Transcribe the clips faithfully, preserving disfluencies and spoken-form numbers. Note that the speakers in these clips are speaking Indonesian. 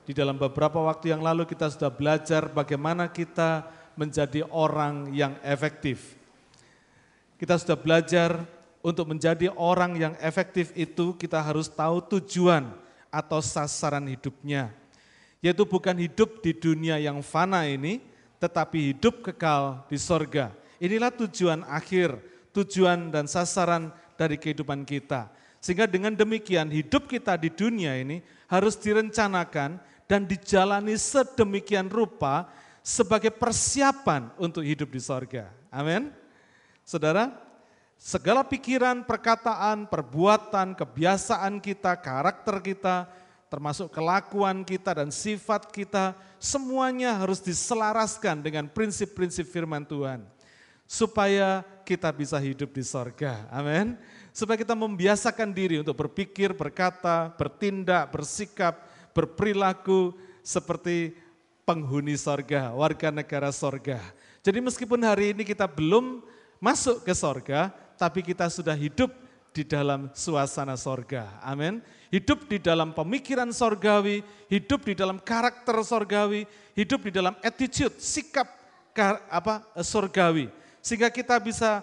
Di dalam beberapa waktu yang lalu kita sudah belajar bagaimana kita menjadi orang yang efektif. Kita sudah belajar untuk menjadi orang yang efektif itu kita harus tahu tujuan atau sasaran hidupnya. Yaitu bukan hidup di dunia yang fana ini, tetapi hidup kekal di sorga. Inilah tujuan akhir, tujuan dan sasaran dari kehidupan kita. Sehingga dengan demikian hidup kita di dunia ini harus direncanakan dan dijalani sedemikian rupa sebagai persiapan untuk hidup di sorga. Amin. Saudara, segala pikiran, perkataan, perbuatan, kebiasaan kita, karakter kita, termasuk kelakuan kita dan sifat kita, semuanya harus diselaraskan dengan prinsip-prinsip firman Tuhan. Supaya kita bisa hidup di sorga. Amin. Supaya kita membiasakan diri untuk berpikir, berkata, bertindak, bersikap, berperilaku seperti penghuni sorga, warga negara sorga. Jadi meskipun hari ini kita belum masuk ke sorga, tapi kita sudah hidup di dalam suasana sorga. Amin. Hidup di dalam pemikiran sorgawi, hidup di dalam karakter sorgawi, hidup di dalam attitude, sikap apa sorgawi. Sehingga kita bisa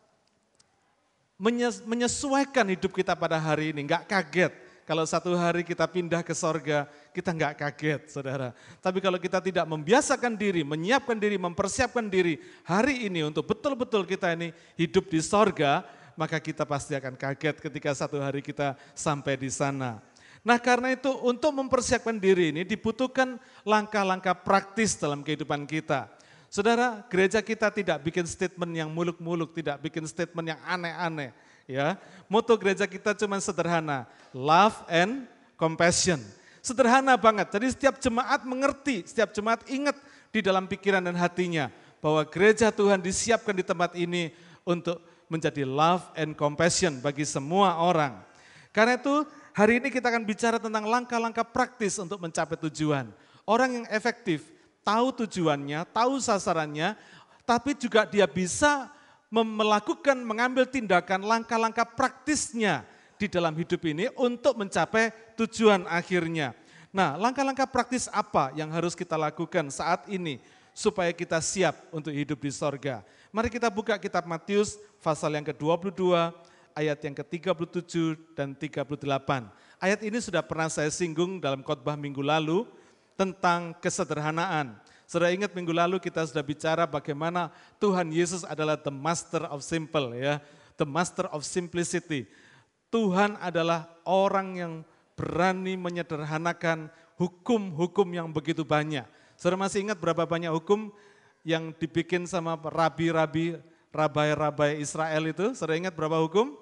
menyesuaikan hidup kita pada hari ini, enggak kaget. Kalau satu hari kita pindah ke sorga, kita enggak kaget, saudara. Tapi kalau kita tidak membiasakan diri, menyiapkan diri, mempersiapkan diri hari ini untuk betul-betul kita ini hidup di sorga, maka kita pasti akan kaget ketika satu hari kita sampai di sana. Nah karena itu untuk mempersiapkan diri ini dibutuhkan langkah-langkah praktis dalam kehidupan kita. Saudara, gereja kita tidak bikin statement yang muluk-muluk, tidak bikin statement yang aneh-aneh. Ya, moto gereja kita cuma sederhana, love and compassion. Sederhana banget, jadi setiap jemaat mengerti, setiap jemaat ingat di dalam pikiran dan hatinya bahwa gereja Tuhan disiapkan di tempat ini untuk menjadi love and compassion bagi semua orang. Karena itu hari ini kita akan bicara tentang langkah-langkah praktis untuk mencapai tujuan. Orang yang efektif tahu tujuannya, tahu sasarannya, tapi juga dia bisa melakukan, mengambil tindakan langkah-langkah praktisnya di dalam hidup ini untuk mencapai tujuan akhirnya. Nah, langkah-langkah praktis apa yang harus kita lakukan saat ini supaya kita siap untuk hidup di sorga? Mari kita buka kitab Matius pasal yang ke dua puluh dua, ayat yang ke tiga puluh tujuh dan tiga puluh delapan. Ayat ini sudah pernah saya singgung dalam khotbah minggu lalu tentang kesederhanaan. Saudara ingat minggu lalu kita sudah bicara bagaimana Tuhan Yesus adalah the master of simple, ya, the master of simplicity. Tuhan adalah orang yang berani menyederhanakan hukum-hukum yang begitu banyak. Saudara masih ingat berapa banyak hukum yang dibikin sama rabi-rabi, rabai-rabai Israel itu? Saudara ingat berapa hukum?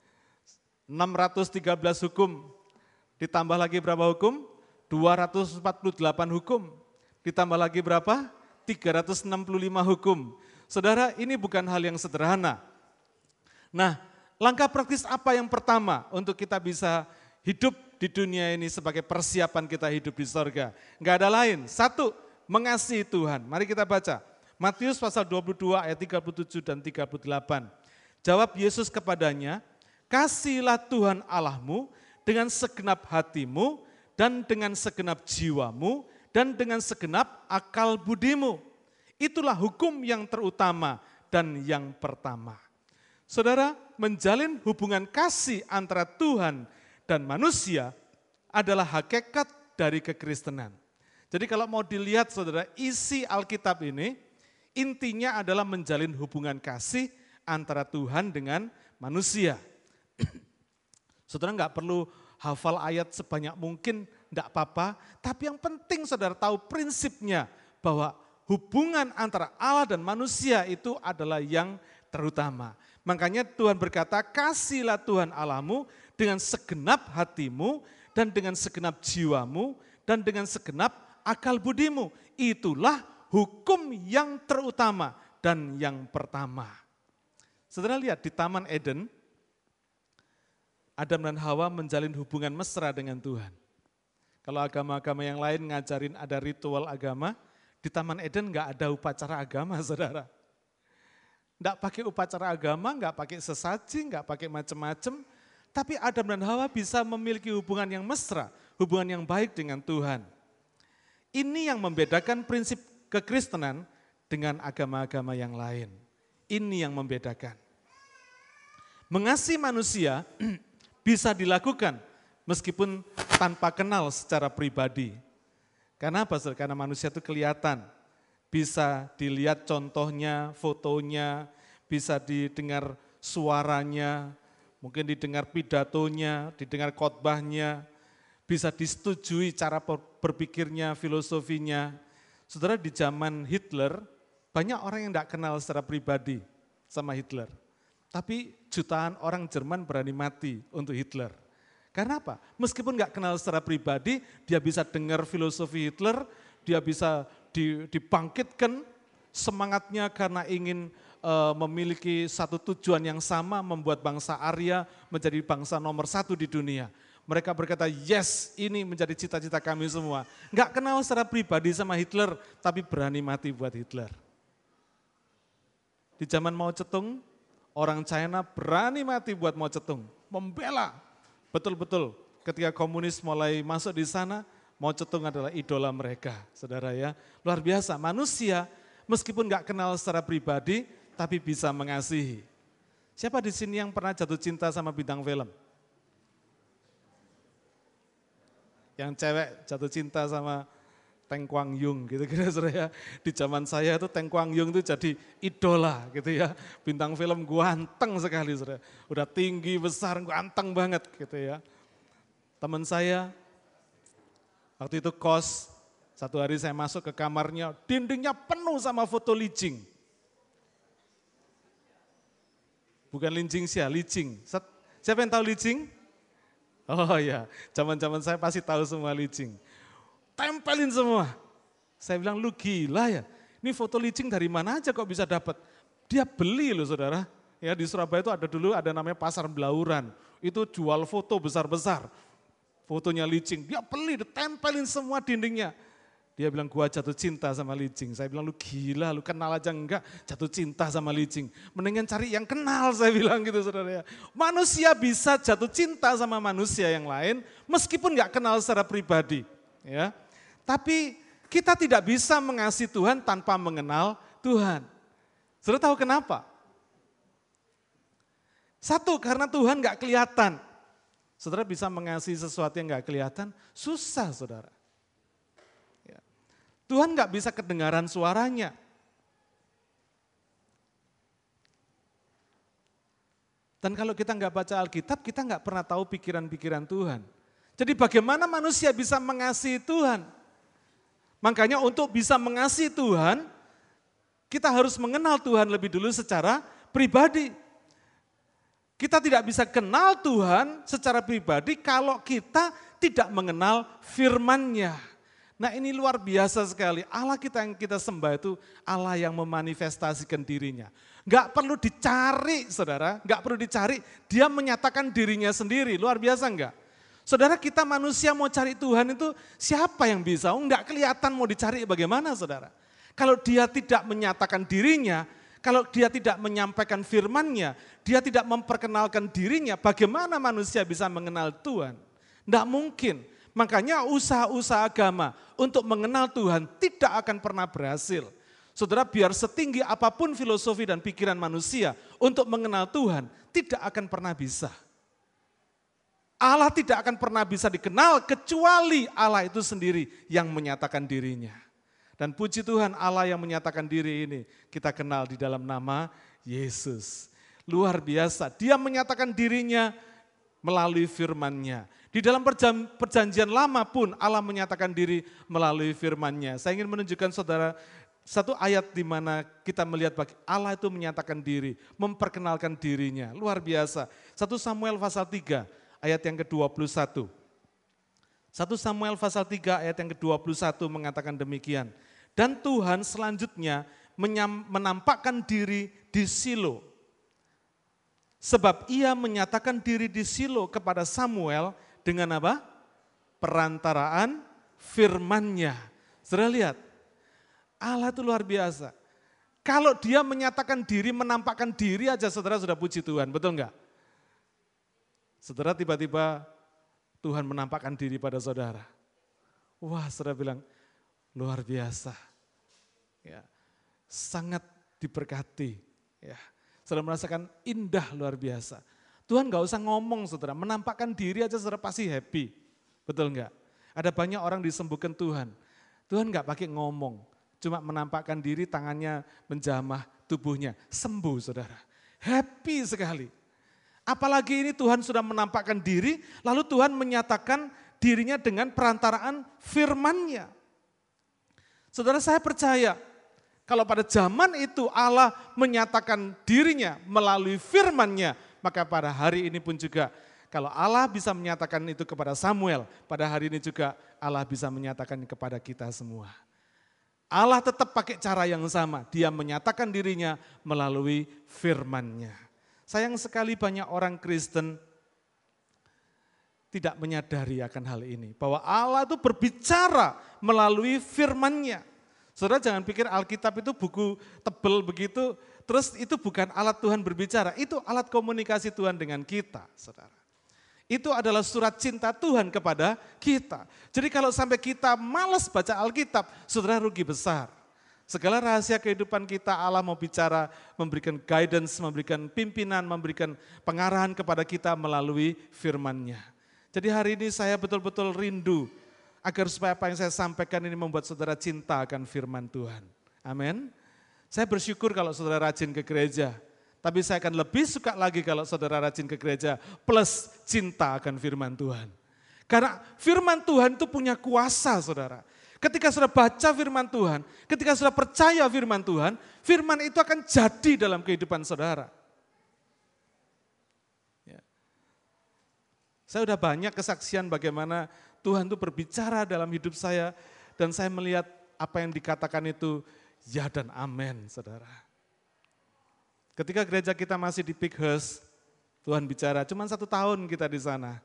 enam ratus tiga belas hukum. Ditambah lagi berapa hukum? dua ratus empat puluh delapan hukum. Ditambah lagi berapa? tiga ratus enam puluh lima hukum. Saudara, ini bukan hal yang sederhana. Nah, langkah praktis apa yang pertama untuk kita bisa hidup di dunia ini sebagai persiapan kita hidup di sorga? Enggak ada lain. Satu, mengasihi Tuhan. Mari kita baca. Matius pasal dua puluh dua ayat tiga puluh tujuh dan tiga puluh delapan. Jawab Yesus kepadanya, kasihilah Tuhan Allahmu dengan segenap hatimu dan dengan segenap jiwamu dan dengan segenap akal budimu. Itulah hukum yang terutama dan yang pertama. Saudara, menjalin hubungan kasih antara Tuhan dan manusia adalah hakikat dari kekristenan. Jadi kalau mau dilihat saudara, isi Alkitab ini intinya adalah menjalin hubungan kasih antara Tuhan dengan manusia. Saudara nggak perlu hafal ayat sebanyak mungkin, enggak apa-apa, tapi yang penting saudara tahu prinsipnya bahwa hubungan antara Allah dan manusia itu adalah yang terutama. Makanya Tuhan berkata, kasihilah Tuhan Allahmu dengan segenap hatimu dan dengan segenap jiwamu dan dengan segenap akal budimu. Itulah hukum yang terutama dan yang pertama. Saudara lihat di Taman Eden, Adam dan Hawa menjalin hubungan mesra dengan Tuhan. Kalau agama-agama yang lain ngajarin ada ritual agama, di Taman Eden enggak ada upacara agama, saudara. Enggak pakai upacara agama, enggak pakai sesaji, enggak pakai macam-macam, tapi Adam dan Hawa bisa memiliki hubungan yang mesra, hubungan yang baik dengan Tuhan. Ini yang membedakan prinsip kekristenan dengan agama-agama yang lain. Ini yang membedakan. Mengasihi manusia bisa dilakukan meskipun tanpa kenal secara pribadi. Karena apa? Karena manusia itu kelihatan. Bisa dilihat contohnya, fotonya, bisa didengar suaranya, mungkin didengar pidatonya, didengar khotbahnya, bisa disetujui cara berpikirnya, filosofinya. Saudara, di zaman Hitler, banyak orang yang tidak kenal secara pribadi sama Hitler. Tapi jutaan orang Jerman berani mati untuk Hitler. Karena apa? Meskipun nggak kenal secara pribadi, dia bisa dengar filosofi Hitler, dia bisa dibangkitkan semangatnya karena ingin uh, memiliki satu tujuan yang sama, membuat bangsa Arya menjadi bangsa nomor satu di dunia. Mereka berkata, yes, ini menjadi cita-cita kami semua. Enggak kenal secara pribadi sama Hitler, tapi berani mati buat Hitler. Di zaman Mao Zedong, orang China berani mati buat Mao Zedong, membela. Betul-betul ketika komunis mulai masuk di sana, Mao Zedong adalah idola mereka, saudara ya. Luar biasa, manusia meskipun enggak kenal secara pribadi, tapi bisa mengasihi. Siapa di sini yang pernah jatuh cinta sama bintang film? Yang cewek jatuh cinta sama Teng Kwang Yung gitu kira saudara ya. Di zaman saya itu Teng Kwang Yung itu jadi idola gitu ya. Bintang film ganteng sekali saudara. Udah tinggi, besar, ganteng banget gitu ya. Teman saya waktu itu kos, satu hari saya masuk ke kamarnya, dindingnya penuh sama foto Li Jing. Bukan Li Jing sih ya, Li Jing. Siapa yang tahu Li Jing? Oh ya, zaman-zaman saya pasti tahu semua Li Jing. Tempelin semua. Saya bilang, lu gila ya, ini foto Li Jing dari mana aja kok bisa dapat? Dia beli loh saudara. Ya di Surabaya itu ada dulu ada namanya Pasar Blauran. Itu jual foto besar-besar. Fotonya Li Jing, dia beli, ditempelin semua dindingnya. Dia bilang, gua jatuh cinta sama Li Jing. Saya bilang, lu gila, lu kenal aja enggak, jatuh cinta sama Li Jing. Mendingan cari yang kenal, saya bilang gitu saudara ya. Manusia bisa jatuh cinta sama manusia yang lain, meskipun enggak kenal secara pribadi. Ya. Tapi kita tidak bisa mengasihi Tuhan tanpa mengenal Tuhan. Saudara tahu kenapa? Satu, karena Tuhan enggak kelihatan. Saudara bisa mengasihi sesuatu yang enggak kelihatan, susah saudara. Tuhan nggak bisa kedengaran suaranya. Dan kalau kita nggak baca Alkitab, kita nggak pernah tahu pikiran-pikiran Tuhan. Jadi bagaimana manusia bisa mengasihi Tuhan? Makanya untuk bisa mengasihi Tuhan, kita harus mengenal Tuhan lebih dulu secara pribadi. Kita tidak bisa kenal Tuhan secara pribadi kalau kita tidak mengenal firman-Nya. Nah ini luar biasa sekali, Allah kita yang kita sembah itu Allah yang memanifestasikan dirinya. Enggak perlu dicari saudara, enggak perlu dicari, dia menyatakan dirinya sendiri, luar biasa enggak? Saudara kita manusia mau cari Tuhan itu siapa yang bisa? Oh, enggak kelihatan mau dicari bagaimana saudara? Kalau dia tidak menyatakan dirinya, kalau dia tidak menyampaikan firman-Nya, dia tidak memperkenalkan dirinya, bagaimana manusia bisa mengenal Tuhan? Enggak mungkin. Makanya usaha-usaha agama untuk mengenal Tuhan tidak akan pernah berhasil. Saudara, biar setinggi apapun filosofi dan pikiran manusia untuk mengenal Tuhan, tidak akan pernah bisa. Allah tidak akan pernah bisa dikenal kecuali Allah itu sendiri yang menyatakan dirinya. Dan puji Tuhan Allah yang menyatakan diri ini kita kenal di dalam nama Yesus. Luar biasa, dia menyatakan dirinya melalui firman-Nya. Di dalam perjanjian lama pun Allah menyatakan diri melalui firman-Nya. Saya ingin menunjukkan saudara satu ayat di mana kita melihat Allah itu menyatakan diri, memperkenalkan dirinya. Luar biasa. satu Samuel pasal tiga ayat yang ke dua puluh satu. satu Samuel pasal tiga ayat yang ke dua puluh satu mengatakan demikian. Dan Tuhan selanjutnya menampakkan diri di Silo. Sebab ia menyatakan diri di Silo kepada Samuel dengan apa? Perantaraan firman-Nya. Saudara lihat, Allah itu luar biasa. Kalau dia menyatakan diri, menampakkan diri aja saudara sudah puji Tuhan, betul enggak? Saudara tiba-tiba Tuhan menampakkan diri pada saudara. Wah saudara bilang, luar biasa. Ya, sangat diberkati. Ya, saudara merasakan indah luar biasa. Tuhan gak usah ngomong saudara, menampakkan diri aja saudara pasti happy. Betul enggak? Ada banyak orang disembuhkan Tuhan. Tuhan gak pakai ngomong, cuma menampakkan diri, tangannya menjamah tubuhnya. Sembuh saudara, happy sekali. Apalagi ini Tuhan sudah menampakkan diri, lalu Tuhan menyatakan dirinya dengan perantaraan firman-Nya. Saudara, saya percaya kalau pada zaman itu Allah menyatakan dirinya melalui firman-Nya, maka pada hari ini pun juga kalau Allah bisa menyatakan itu kepada Samuel, pada hari ini juga Allah bisa menyatakan kepada kita semua. Allah tetap pakai cara yang sama, Dia menyatakan dirinya melalui firman-Nya. Sayang sekali banyak orang Kristen tidak menyadari akan hal ini, bahwa Allah itu berbicara melalui firman-Nya. Saudara jangan pikir Alkitab itu buku tebel begitu, terus itu bukan alat Tuhan berbicara, itu alat komunikasi Tuhan dengan kita, saudara. Itu adalah surat cinta Tuhan kepada kita. Jadi kalau sampai kita malas baca Alkitab, saudara rugi besar. Segala rahasia kehidupan kita Allah mau bicara, memberikan guidance, memberikan pimpinan, memberikan pengarahan kepada kita melalui firman-Nya. Jadi hari ini saya betul-betul rindu agar supaya apa yang saya sampaikan ini membuat saudara cinta akan firman Tuhan. Amin. Saya bersyukur kalau saudara rajin ke gereja, tapi saya akan lebih suka lagi kalau saudara rajin ke gereja plus cinta akan firman Tuhan. Karena firman Tuhan itu punya kuasa saudara. Ketika saudara baca firman Tuhan, ketika saudara percaya firman Tuhan, firman itu akan jadi dalam kehidupan saudara. Ya. Saya sudah banyak kesaksian bagaimana Tuhan itu berbicara dalam hidup saya, dan saya melihat apa yang dikatakan itu ya dan amin, saudara. Ketika gereja kita masih di Pighurst, Tuhan bicara, cuma satu tahun kita di sana.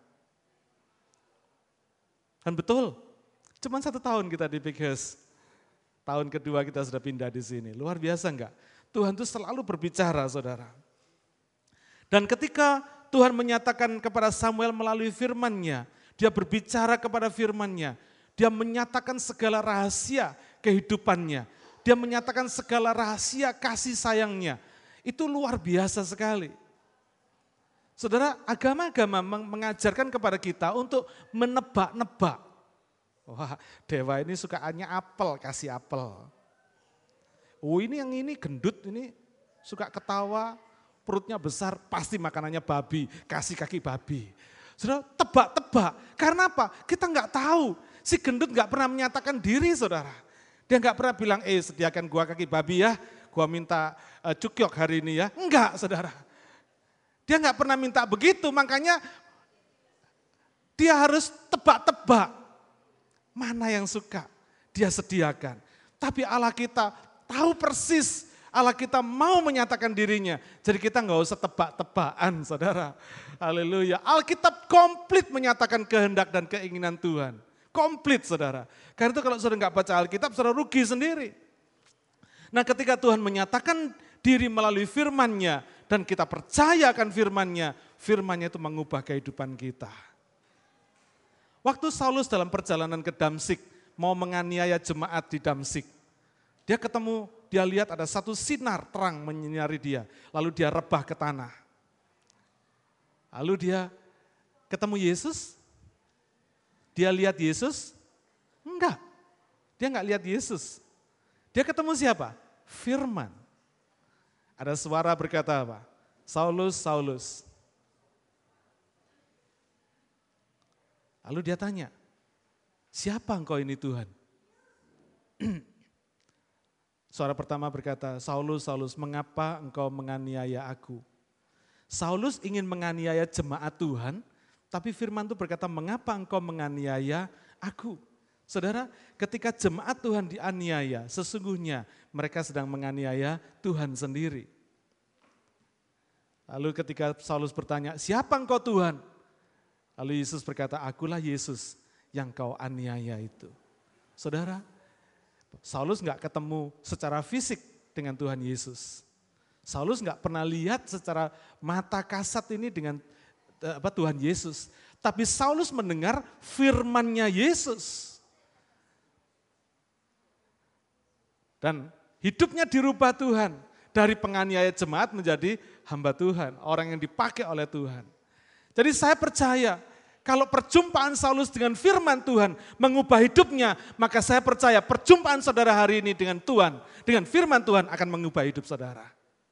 Dan betul, cuma satu tahun kita di Pighurst. Tahun kedua kita sudah pindah di sini. Luar biasa enggak? Tuhan itu selalu berbicara, saudara. Dan ketika Tuhan menyatakan kepada Samuel melalui firman-Nya, Dia berbicara kepada firman-Nya, Dia menyatakan segala rahasia kehidupannya, Dia menyatakan segala rahasia kasih sayangnya. Itu luar biasa sekali. Saudara, agama-agama mengajarkan kepada kita untuk menebak-nebak. Wah, dewa ini sukaannya apel, kasih apel. Oh ini yang ini gendut, ini suka ketawa, perutnya besar, pasti makanannya babi, kasih kaki babi. Saudara, tebak-tebak. Karena apa? Kita nggak tahu. Si gendut nggak pernah menyatakan diri, saudara. Dia nggak pernah bilang, eh sediakan gua kaki babi ya, gua minta uh, cukyok hari ini ya. Enggak, saudara. Dia nggak pernah minta begitu, makanya dia harus tebak-tebak. Mana yang suka, Dia sediakan. Tapi Allah kita tahu persis, Allah kita mau menyatakan dirinya. Jadi kita nggak usah tebak-tebakan, saudara. Haleluya. Alkitab komplit menyatakan kehendak dan keinginan Tuhan. Komplit, saudara. Karena itu kalau saudara nggak baca Alkitab, saudara rugi sendiri. Nah ketika Tuhan menyatakan diri melalui firman-Nya, dan kita percaya akan firman-Nya, firman-Nya itu mengubah kehidupan kita. Waktu Saulus dalam perjalanan ke Damsik, mau menganiaya jemaat di Damsik, dia ketemu, dia lihat ada satu sinar terang menyinari dia, lalu dia rebah ke tanah. Lalu dia ketemu Yesus, dia lihat Yesus? Enggak, dia enggak lihat Yesus. Dia ketemu siapa? Firman. Ada suara berkata apa? Saulus, Saulus. Lalu dia tanya, siapa engkau ini Tuhan? Suara pertama berkata, Saulus, Saulus, mengapa engkau menganiaya aku? Saulus ingin menganiaya jemaat Tuhan, tapi firman itu berkata, mengapa engkau menganiaya aku? Saudara, ketika jemaat Tuhan dianiaya, sesungguhnya mereka sedang menganiaya Tuhan sendiri. Lalu ketika Saulus bertanya, siapa engkau Tuhan? Lalu Yesus berkata, akulah Yesus yang kau aniaya itu. Saudara, Saulus enggak ketemu secara fisik dengan Tuhan Yesus. Saulus enggak pernah lihat secara mata kasat ini dengan apa, Tuhan Yesus. Tapi Saulus mendengar firman-Nya Yesus. Dan hidupnya dirubah Tuhan. Dari penganiaya jemaat menjadi hamba Tuhan. Orang yang dipakai oleh Tuhan. Jadi saya percaya kalau perjumpaan Saulus dengan firman Tuhan mengubah hidupnya, maka saya percaya perjumpaan saudara hari ini dengan Tuhan, dengan firman Tuhan akan mengubah hidup saudara.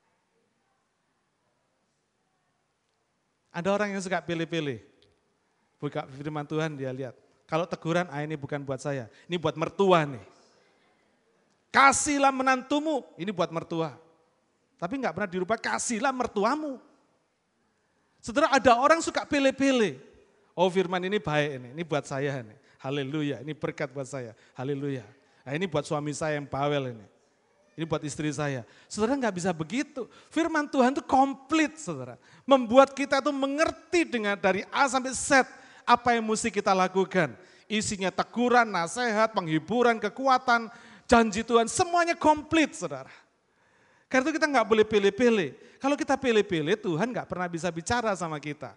Ada orang yang suka pilih-pilih. Buka firman Tuhan dia lihat. Kalau teguran, ah ini bukan buat saya, ini buat mertua nih. Kasihlah menantumu, ini buat mertua. Tapi enggak pernah dirubah, kasihlah mertuamu. Saudara, ada orang suka pilih-pilih. Oh firman ini baik ini, ini buat saya nih. Haleluya, ini berkat buat saya. Haleluya. Nah, ini buat suami saya yang bawel ini. Ini buat istri saya. Saudara enggak bisa begitu. Firman Tuhan itu komplit saudara. Membuat kita itu mengerti dengan dari A sampai Z apa yang mesti kita lakukan. Isinya teguran, nasihat, penghiburan, kekuatan, janji Tuhan. Semuanya komplit saudara. Karena itu kita nggak boleh pilih-pilih. Kalau kita pilih-pilih, Tuhan nggak pernah bisa bicara sama kita.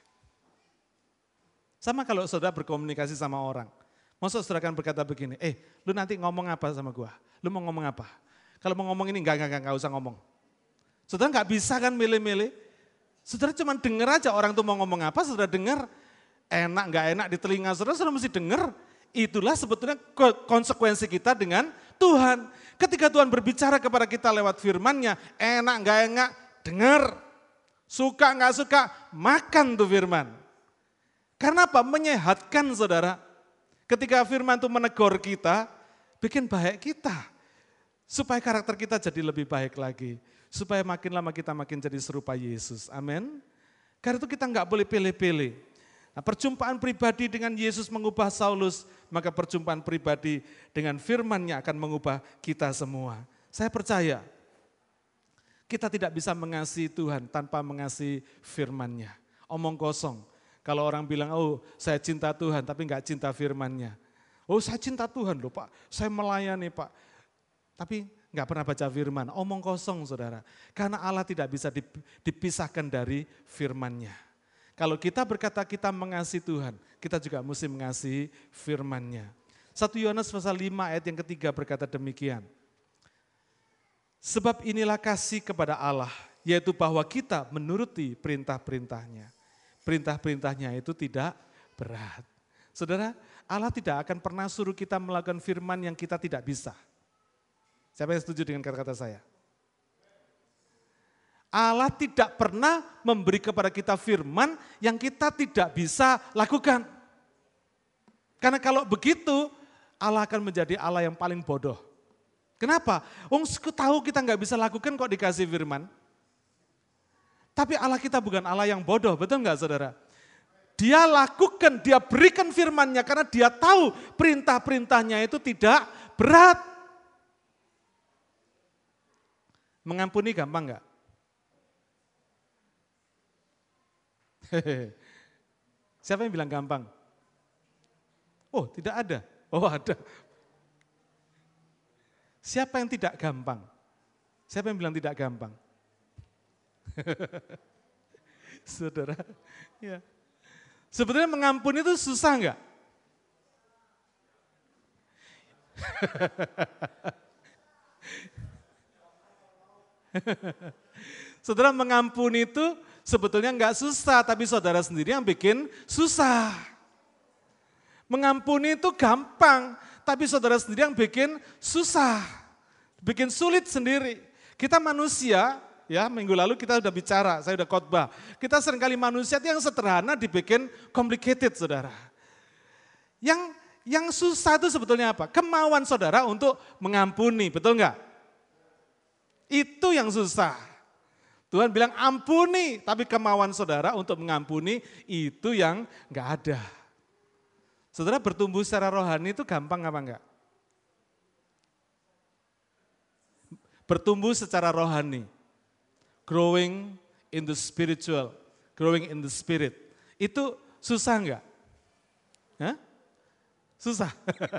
Sama kalau saudara berkomunikasi sama orang. Maksud saudara kan berkata begini, eh lu nanti ngomong apa sama gua? Lu mau ngomong apa? Kalau mau ngomong ini enggak, enggak, enggak, enggak usah ngomong. Saudara nggak bisa kan milih-milih. Saudara cuma dengar aja orang tuh mau ngomong apa, saudara dengar. Enak nggak enak di telinga saudara, saudara mesti dengar. Itulah sebetulnya konsekuensi kita dengan Tuhan. Ketika Tuhan berbicara kepada kita lewat firman-Nya, enak nggak enak, dengar. Suka nggak suka, makan tuh firman. Karena apa? Menyehatkan saudara. Ketika firman itu menegur kita, bikin baik kita. Supaya karakter kita jadi lebih baik lagi. Supaya makin lama kita makin jadi serupa Yesus. Amin. Karena itu kita nggak boleh pilih-pilih. Nah, perjumpaan pribadi dengan Yesus mengubah Saulus, maka perjumpaan pribadi dengan firman-Nya akan mengubah kita semua. Saya percaya kita tidak bisa mengasihi Tuhan tanpa mengasihi firman-Nya. Omong kosong. Kalau orang bilang, oh saya cinta Tuhan tapi enggak cinta firman-Nya. Oh saya cinta Tuhan loh Pak, saya melayani Pak. Tapi enggak pernah baca firman, omong kosong saudara. Karena Allah tidak bisa dipisahkan dari firman-Nya. Kalau kita berkata kita mengasihi Tuhan, kita juga mesti mengasihi firman-Nya. satu Yohanes pasal lima ayat yang ketiga berkata demikian. Sebab inilah kasih kepada Allah, yaitu bahwa kita menuruti perintah-perintahnya. Perintah-perintahnya itu tidak berat. Saudara, Allah tidak akan pernah suruh kita melakukan firman yang kita tidak bisa. Siapa yang setuju dengan kata-kata saya? Allah tidak pernah memberi kepada kita firman yang kita tidak bisa lakukan. Karena kalau begitu, Allah akan menjadi Allah yang paling bodoh. Kenapa? Wong tahu kita nggak bisa lakukan kok dikasih firman. Tapi Allah kita bukan Allah yang bodoh, betul nggak saudara? Dia lakukan, dia berikan firman-Nya karena dia tahu perintah-perintahnya itu tidak berat. Mengampuni gampang nggak? Siapa yang bilang gampang? Oh, tidak ada. Oh, ada. Siapa yang tidak gampang? Siapa yang bilang tidak gampang? Saudara, ya. Sebetulnya mengampuni itu susah enggak? Saudara, mengampuni itu sebetulnya enggak susah, tapi saudara sendiri yang bikin susah. Mengampuni itu gampang, tapi saudara sendiri yang bikin susah. Bikin sulit sendiri. Kita manusia, ya minggu lalu kita sudah bicara, saya sudah khotbah. Kita seringkali manusia yang sederhana dibikin complicated saudara. Yang yang susah itu sebetulnya apa? Kemauan saudara untuk mengampuni, betul enggak? Itu yang susah. Tuhan bilang ampuni, tapi kemauan saudara untuk mengampuni itu yang enggak ada. Saudara bertumbuh secara rohani itu gampang apa enggak? Bertumbuh secara rohani. Growing in the spiritual, growing in the spirit. Itu susah enggak? Hah? Susah.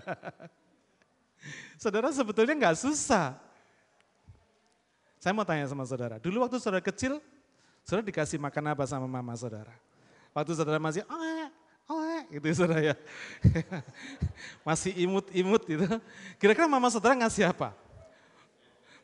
Saudara sebetulnya enggak susah. Saya mau tanya sama saudara, dulu waktu saudara kecil, saudara dikasih makan apa sama mama saudara? Waktu saudara masih, oh, oh, gitu saudara ya. Masih imut-imut gitu. Kira-kira mama saudara ngasih apa?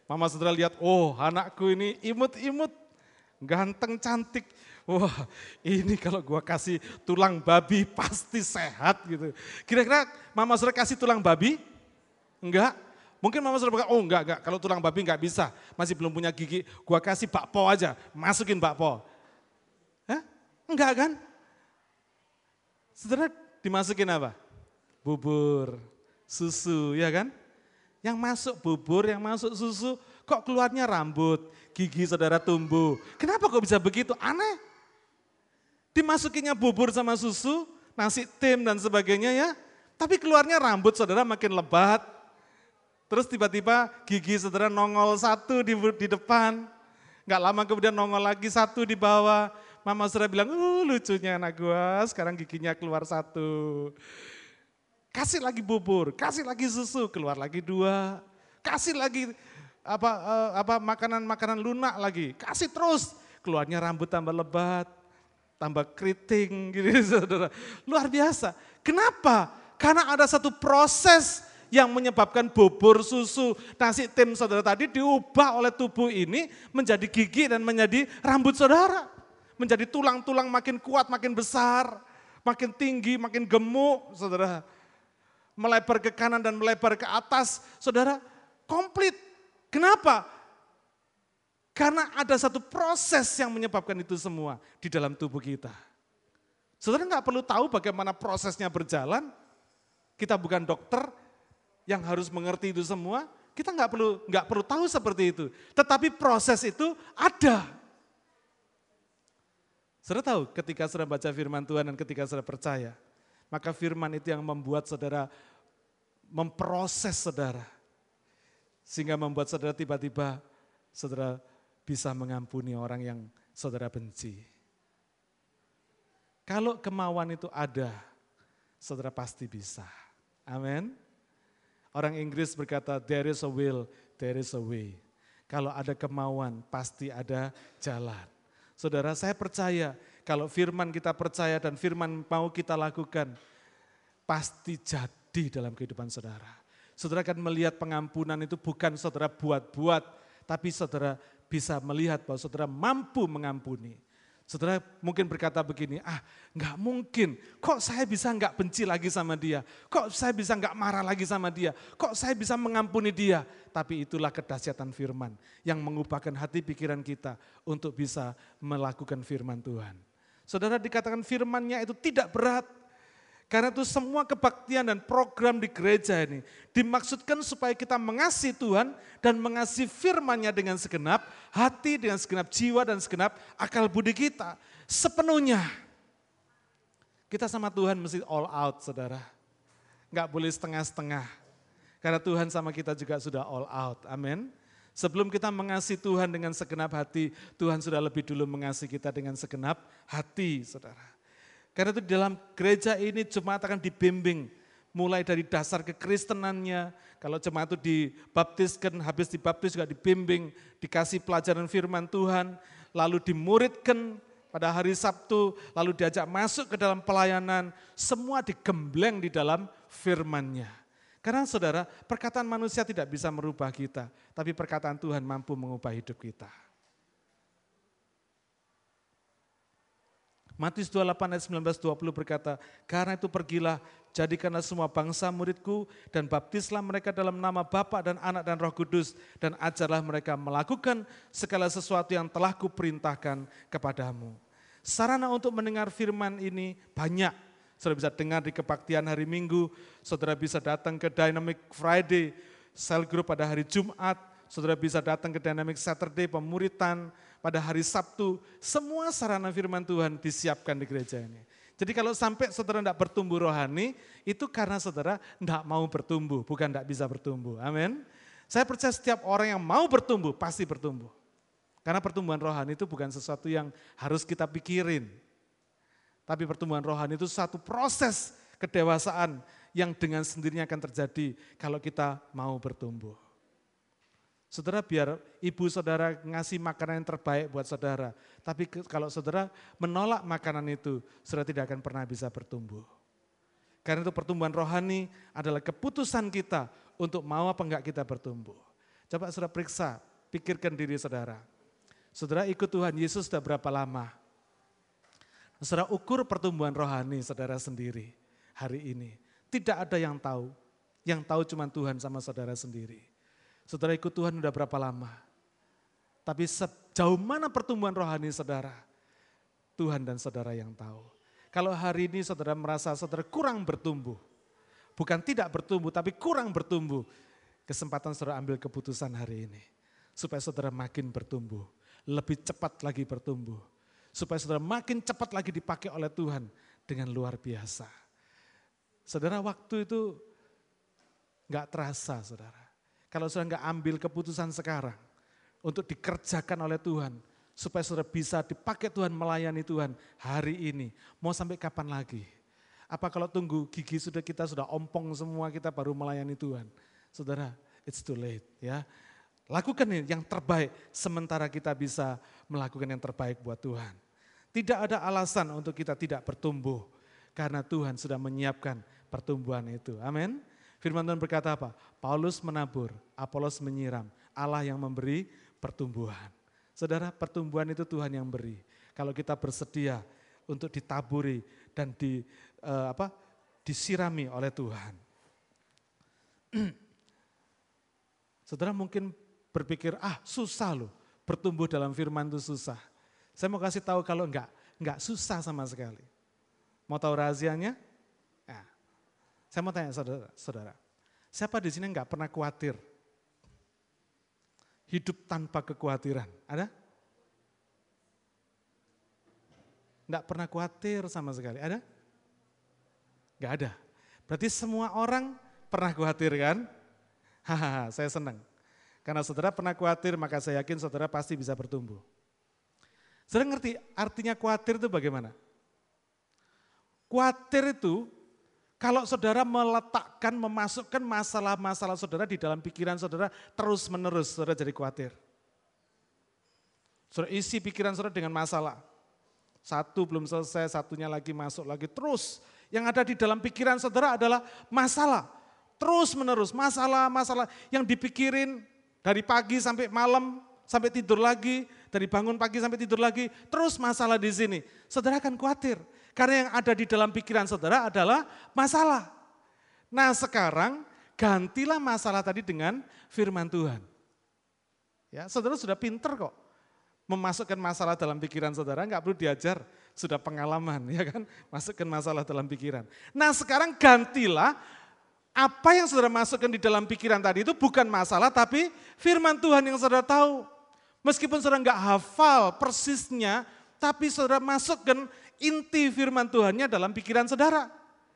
Mama saudara lihat, oh anakku ini imut-imut, ganteng, cantik. Wah ini kalau gua kasih tulang babi pasti sehat gitu. Kira-kira mama saudara kasih tulang babi? Enggak. Mungkin mama saudara berkata, oh enggak, enggak, kalau tulang babi enggak bisa, masih belum punya gigi, gua kasih bakpo aja, masukin bakpo. Hah? Enggak kan? Saudara dimasukin apa? Bubur, susu, ya kan? Yang masuk bubur, yang masuk susu, kok keluarnya rambut, gigi saudara tumbuh. Kenapa kok bisa begitu? Aneh. Dimasukinnya bubur sama susu, nasi tim dan sebagainya ya. Tapi keluarnya rambut saudara makin lebat. Terus tiba-tiba gigi saudara nongol satu di, di depan. Nggak lama kemudian nongol lagi satu di bawah. Mama saudara bilang, uh lucunya anak gua, sekarang giginya keluar satu. Kasih lagi bubur, kasih lagi susu, keluar lagi dua. Kasih lagi apa uh, apa makanan-makanan lunak lagi, kasih terus. Keluarnya rambut tambah lebat, tambah keriting gitu saudara. Luar biasa. Kenapa? Karena ada satu proses yang menyebabkan bubur, susu, nasi tim saudara tadi diubah oleh tubuh ini menjadi gigi dan menjadi rambut saudara. Menjadi tulang-tulang makin kuat, makin besar, makin tinggi, makin gemuk saudara. Melebar ke kanan dan melebar ke atas, saudara, komplit. Kenapa? Karena ada satu proses yang menyebabkan itu semua di dalam tubuh kita. Saudara nggak perlu tahu bagaimana prosesnya berjalan. Kita bukan dokter yang harus mengerti itu semua. Kita nggak perlu nggak perlu tahu seperti itu. Tetapi proses itu ada. Saudara tahu ketika saudara baca firman Tuhan dan ketika saudara percaya, maka firman itu yang membuat saudara memproses saudara. Sehingga membuat saudara tiba-tiba saudara bisa mengampuni orang yang saudara benci. Kalau kemauan itu ada, saudara pasti bisa. Amin. Orang Inggris berkata, there is a will, there is a way. Kalau ada kemauan, pasti ada jalan. Saudara, saya percaya kalau firman kita percaya dan firman mau kita lakukan, pasti jadi dalam kehidupan saudara. Saudara akan melihat pengampunan itu bukan saudara buat-buat, tapi saudara bisa melihat bahwa saudara mampu mengampuni. Saudara mungkin berkata begini, ah nggak mungkin, kok saya bisa nggak benci lagi sama dia, kok saya bisa nggak marah lagi sama dia, kok saya bisa mengampuni dia. Tapi itulah kedahsyatan firman yang mengubahkan hati pikiran kita untuk bisa melakukan firman Tuhan. Saudara dikatakan firman-Nya itu tidak berat. Karena itu semua kebaktian dan program di gereja ini dimaksudkan supaya kita mengasihi Tuhan dan mengasihi firman-Nya dengan segenap hati, dengan segenap jiwa dan segenap akal budi kita. Sepenuhnya. Kita sama Tuhan mesti all out saudara. Enggak boleh setengah-setengah. Karena Tuhan sama kita juga sudah all out. Amin. Sebelum kita mengasihi Tuhan dengan segenap hati, Tuhan sudah lebih dulu mengasihi kita dengan segenap hati saudara. Karena itu di dalam gereja ini jemaat akan dibimbing mulai dari dasar kekristenannya. Kalau jemaat itu dibaptiskan, habis dibaptis juga dibimbing, dikasih pelajaran firman Tuhan, lalu dimuridkan pada hari Sabtu, lalu diajak masuk ke dalam pelayanan, semua digembleng di dalam firman-Nya. Karena saudara, perkataan manusia tidak bisa merubah kita, tapi perkataan Tuhan mampu mengubah hidup kita. Matius dua puluh delapan ayat sembilan belas dua puluh berkata, karena itu pergilah, jadikanlah semua bangsa muridku dan baptislah mereka dalam nama Bapa dan Anak dan Roh Kudus dan ajarlah mereka melakukan segala sesuatu yang telah kuperintahkan kepadamu. Sarana untuk mendengar firman ini banyak. Saudara bisa dengar di kebaktian hari Minggu, saudara bisa datang ke Dynamic Friday, cell group pada hari Jumat, saudara bisa datang ke Dynamic Saturday, pemuritan pada hari Sabtu. Semua sarana firman Tuhan disiapkan di gereja ini. Jadi kalau sampai saudara tidak bertumbuh rohani, itu karena saudara tidak mau bertumbuh, bukan tidak bisa bertumbuh. Amin. Saya percaya setiap orang yang mau bertumbuh, pasti bertumbuh. Karena pertumbuhan rohani itu bukan sesuatu yang harus kita pikirin. Tapi pertumbuhan rohani itu satu proses kedewasaan yang dengan sendirinya akan terjadi kalau kita mau bertumbuh. Saudara, biar ibu saudara ngasih makanan yang terbaik buat saudara. Tapi kalau saudara menolak makanan itu, saudara tidak akan pernah bisa bertumbuh. Karena itu pertumbuhan rohani adalah keputusan kita untuk mau apa enggak kita bertumbuh. Coba saudara periksa, pikirkan diri saudara. Saudara ikut Tuhan Yesus sudah berapa lama? Saudara ukur pertumbuhan rohani saudara sendiri hari ini. Tidak ada yang tahu, yang tahu cuma Tuhan sama saudara sendiri. Saudara ikut Tuhan sudah berapa lama? Tapi sejauh mana pertumbuhan rohani saudara? Tuhan dan saudara yang tahu. Kalau hari ini saudara merasa saudara kurang bertumbuh, bukan tidak bertumbuh tapi kurang bertumbuh, kesempatan saudara ambil keputusan hari ini. Supaya saudara makin bertumbuh, lebih cepat lagi bertumbuh. Supaya saudara makin cepat lagi dipakai oleh Tuhan dengan luar biasa. Saudara waktu itu gak terasa saudara. Kalau saudara gak ambil keputusan sekarang untuk dikerjakan oleh Tuhan. Supaya saudara bisa dipakai Tuhan melayani Tuhan hari ini. Mau sampai kapan lagi? Apa kalau tunggu gigi sudah kita sudah ompong semua kita baru melayani Tuhan? Saudara, it's too late ya. Lakukan yang terbaik sementara kita bisa melakukan yang terbaik buat Tuhan. Tidak ada alasan untuk kita tidak bertumbuh karena Tuhan sudah menyiapkan pertumbuhan itu. Amin. Firman Tuhan berkata apa? Paulus menabur, Apolos menyiram, Allah yang memberi pertumbuhan. Saudara, pertumbuhan itu Tuhan yang beri. Kalau kita bersedia untuk ditaburi dan di uh, apa? disirami oleh Tuhan. Saudara mungkin berpikir, ah susah loh, bertumbuh dalam firman itu susah. Saya mau kasih tahu kalau enggak, enggak susah sama sekali. Mau tahu rahasianya? Nah, saya mau tanya saudara, saudara, siapa di sini enggak pernah khawatir? Hidup tanpa kekhawatiran, ada? Enggak pernah khawatir sama sekali, ada? Enggak ada. Berarti semua orang pernah khawatir kan? Hahaha, saya senang. Karena saudara pernah khawatir, maka saya yakin saudara pasti bisa bertumbuh. Saudara ngerti artinya khawatir itu bagaimana? Khawatir itu kalau saudara meletakkan, memasukkan masalah-masalah saudara di dalam pikiran saudara terus menerus, saudara jadi khawatir. Saudara isi pikiran saudara dengan masalah. Satu belum selesai, satunya lagi masuk lagi terus. Yang ada di dalam pikiran saudara adalah masalah. Terus menerus, masalah-masalah yang dipikirin dari pagi sampai malam, sampai tidur lagi, dari bangun pagi sampai tidur lagi, terus masalah di sini. Saudara akan khawatir, karena yang ada di dalam pikiran saudara adalah masalah. Nah sekarang gantilah masalah tadi dengan firman Tuhan. Ya, saudara sudah pinter kok memasukkan masalah dalam pikiran saudara, nggak perlu diajar, sudah pengalaman ya kan, masukkan masalah dalam pikiran. Nah sekarang gantilah apa yang saudara masukkan di dalam pikiran tadi itu bukan masalah tapi firman Tuhan yang saudara tahu. Meskipun saudara nggak hafal persisnya, tapi saudara masukkan inti firman Tuhannya dalam pikiran saudara.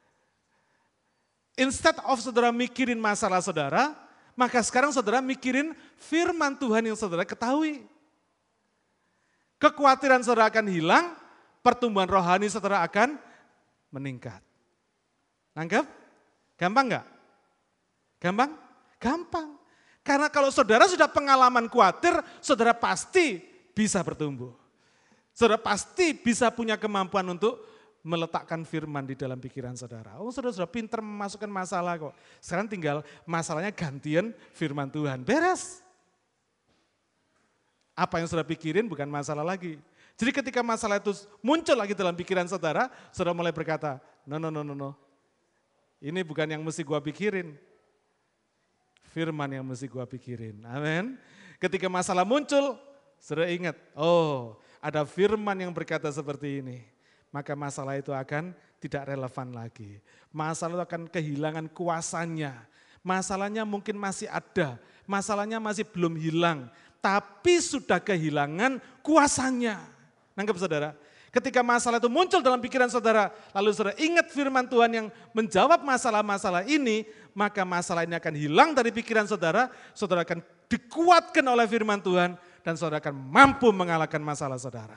Instead of saudara mikirin masalah saudara, maka sekarang saudara mikirin firman Tuhan yang saudara ketahui. Kekhawatiran saudara akan hilang, pertumbuhan rohani saudara akan meningkat. Nangkep? Gampang nggak? Gampang? Gampang. Karena kalau saudara sudah pengalaman khawatir, saudara pasti bisa bertumbuh. Saudara pasti bisa punya kemampuan untuk meletakkan firman di dalam pikiran saudara. Oh saudara sudah pintar memasukkan masalah kok. Sekarang tinggal masalahnya gantian firman Tuhan. Beres. Apa yang saudara pikirin bukan masalah lagi. Jadi ketika masalah itu muncul lagi dalam pikiran saudara, saudara mulai berkata, no, no, no, no, no. Ini bukan yang mesti gua pikirin. Firman yang mesti gua pikirin. Amin. Ketika masalah muncul, saudara ingat, oh ada firman yang berkata seperti ini. Maka masalah itu akan tidak relevan lagi. Masalah itu akan kehilangan kuasanya. Masalahnya mungkin masih ada, masalahnya masih belum hilang. Tapi sudah kehilangan kuasanya. Nangkep saudara? Ketika masalah itu muncul dalam pikiran saudara, lalu saudara ingat firman Tuhan yang menjawab masalah-masalah ini, maka masalah ini akan hilang dari pikiran saudara, saudara akan dikuatkan oleh firman Tuhan, dan saudara akan mampu mengalahkan masalah saudara.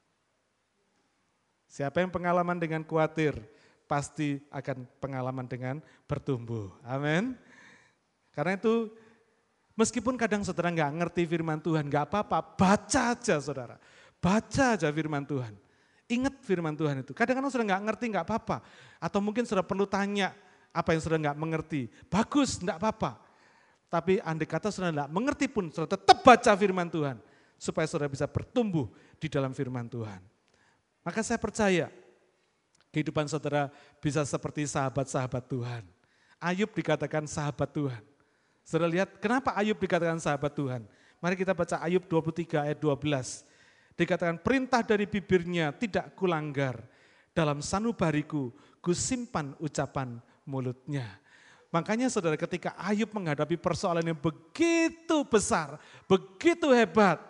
Siapa yang pengalaman dengan khawatir, pasti akan pengalaman dengan bertumbuh. Amin. Karena itu, meskipun kadang saudara nggak ngerti firman Tuhan, nggak apa-apa, baca aja saudara. Baca aja firman Tuhan. Ingat firman Tuhan itu. Kadang-kadang saudara nggak ngerti nggak apa-apa. Atau mungkin saudara perlu tanya apa yang saudara nggak mengerti. Bagus, nggak apa-apa. Tapi andai kata saudara tidak mengerti pun, saudara tetap baca firman Tuhan. Supaya saudara bisa bertumbuh di dalam firman Tuhan. Maka saya percaya kehidupan saudara bisa seperti sahabat-sahabat Tuhan. Ayub dikatakan sahabat Tuhan. Saudara lihat kenapa Ayub dikatakan sahabat Tuhan. Mari kita baca Ayub dua puluh tiga ayat dua belas. Dikatakan perintah dari bibirnya tidak kulanggar. Dalam sanubariku kusimpan ucapan mulutnya. Makanya saudara ketika Ayub menghadapi persoalan yang begitu besar, begitu hebat.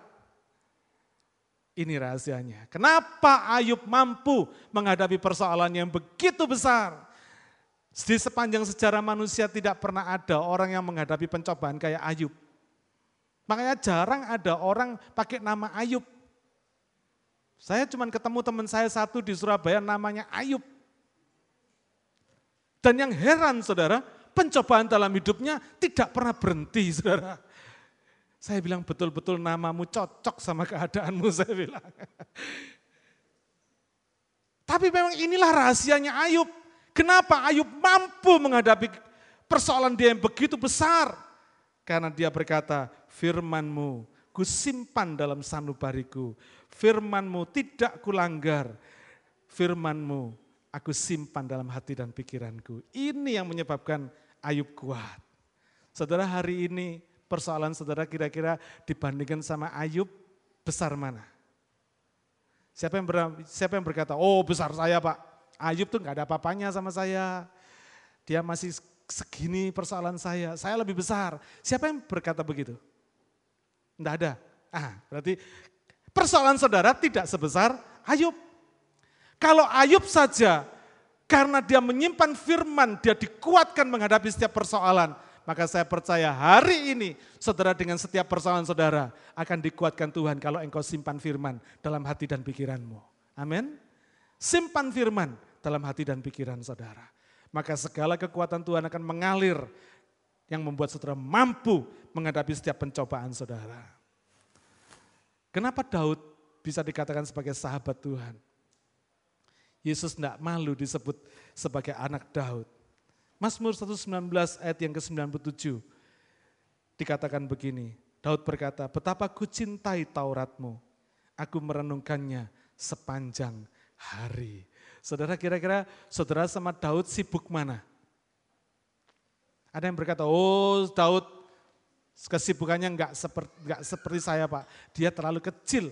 Ini rahasianya. Kenapa Ayub mampu menghadapi persoalan yang begitu besar? Di sepanjang sejarah manusia tidak pernah ada orang yang menghadapi pencobaan kayak Ayub. Makanya jarang ada orang pakai nama Ayub. Saya cuma ketemu teman saya satu di Surabaya namanya Ayub. Dan yang heran saudara, pencobaan dalam hidupnya tidak pernah berhenti, saudara. Saya bilang betul-betul namamu cocok sama keadaanmu, saya bilang. Tapi memang inilah rahasianya Ayub. Kenapa Ayub mampu menghadapi persoalan dia yang begitu besar? Karena dia berkata, firman-Mu kusimpan dalam sanubariku. Firman-Mu tidak kulanggar. Firman-Mu aku simpan dalam hati dan pikiranku. Ini yang menyebabkan Ayub kuat. Saudara, hari ini persoalan saudara kira-kira dibandingkan sama Ayub besar mana? Siapa yang, ber, siapa yang berkata, oh besar saya Pak. Ayub tuh gak ada apa-apanya sama saya. Dia masih segini persoalan saya, saya lebih besar. Siapa yang berkata begitu? Tidak ada. Ah, berarti persoalan saudara tidak sebesar Ayub. Kalau Ayub saja, karena dia menyimpan firman, dia dikuatkan menghadapi setiap persoalan. Maka saya percaya hari ini saudara dengan setiap persoalan saudara akan dikuatkan Tuhan kalau engkau simpan firman dalam hati dan pikiranmu. Amin. Simpan firman dalam hati dan pikiran saudara. Maka segala kekuatan Tuhan akan mengalir yang membuat saudara mampu menghadapi setiap pencobaan saudara. Kenapa Daud bisa dikatakan sebagai sahabat Tuhan? Yesus tidak malu disebut sebagai anak Daud. Mazmur seratus sembilan belas ayat yang ke sembilan puluh tujuh dikatakan begini. Daud berkata, betapa ku cintai Tauratmu, aku merenungkannya sepanjang hari. Saudara, kira-kira saudara sama Daud sibuk mana? Ada yang berkata, oh Daud kesibukannya enggak seperti, enggak seperti saya Pak, dia terlalu kecil.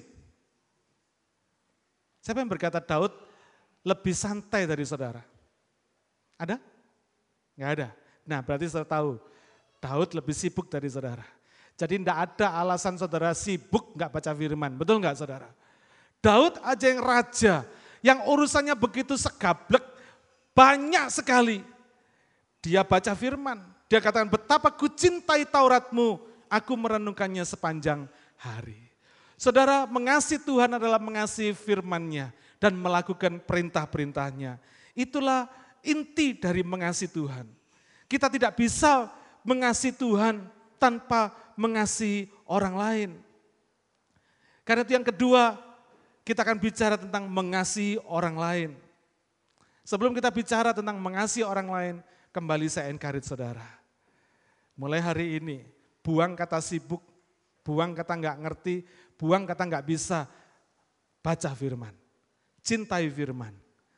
Siapa yang berkata Daud lebih santai dari saudara? Ada? Enggak ada. Nah berarti saudara tahu, Daud lebih sibuk dari saudara. Jadi enggak ada alasan saudara sibuk enggak baca firman, betul enggak saudara? Daud aja yang raja, yang urusannya begitu segablek, banyak sekali. Dia baca firman, dia katakan betapa ku cintai Tauratmu, aku merenungkannya sepanjang hari. Saudara, mengasihi Tuhan adalah mengasihi firman-Nya dan melakukan perintah-perintahnya. Itulah inti dari mengasihi Tuhan. Kita tidak bisa mengasihi Tuhan tanpa mengasihi orang lain. Karena itu yang kedua, kita akan bicara tentang mengasihi orang lain. Sebelum kita bicara tentang mengasihi orang lain, kembali saya encourage saudara. Mulai hari ini, buang kata sibuk, buang kata nggak ngerti, buang kata nggak bisa, baca firman. Cintai firman.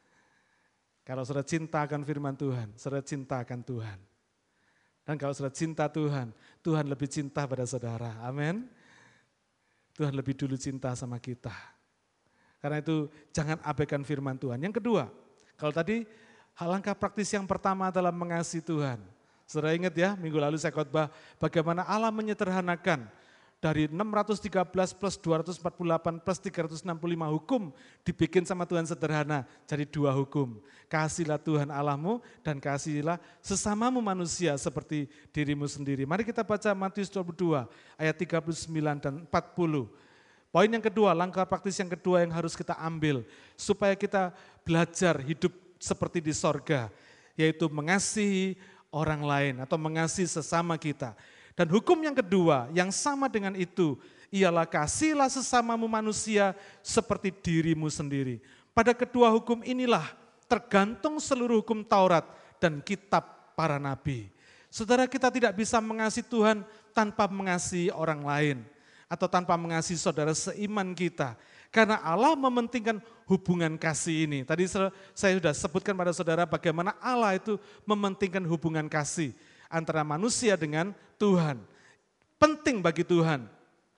Kalau saudara cinta akan firman Tuhan, saudara cinta akan Tuhan. Dan kalau saudara cinta Tuhan, Tuhan lebih cinta pada saudara. Amin. Tuhan lebih dulu cinta sama kita. Karena itu jangan abaikan firman Tuhan. Yang kedua, kalau tadi langkah praktis yang pertama adalah mengasihi Tuhan. Saudara ingat ya, minggu lalu saya khotbah bagaimana Allah menyederhanakan dari enam ratus tiga belas plus dua ratus empat puluh delapan plus tiga ratus enam puluh lima hukum dibikin sama Tuhan sederhana jadi dua hukum. Kasihilah Tuhan Allahmu dan kasihilah sesamamu manusia seperti dirimu sendiri. Mari kita baca Matius dua puluh dua ayat tiga puluh sembilan dan empat puluh. Poin yang kedua, langkah praktis yang kedua yang harus kita ambil supaya kita belajar hidup seperti di sorga, yaitu mengasihi orang lain atau mengasihi sesama kita. Dan hukum yang kedua yang sama dengan itu ialah kasihilah sesamamu manusia seperti dirimu sendiri. Pada kedua hukum inilah tergantung seluruh hukum Taurat dan kitab para nabi. Saudara, kita tidak bisa mengasihi Tuhan tanpa mengasihi orang lain. Atau tanpa mengasihi saudara seiman kita. Karena Allah mementingkan hubungan kasih ini. Tadi saya sudah sebutkan pada saudara bagaimana Allah itu mementingkan hubungan kasih antara manusia dengan Tuhan. Penting bagi Tuhan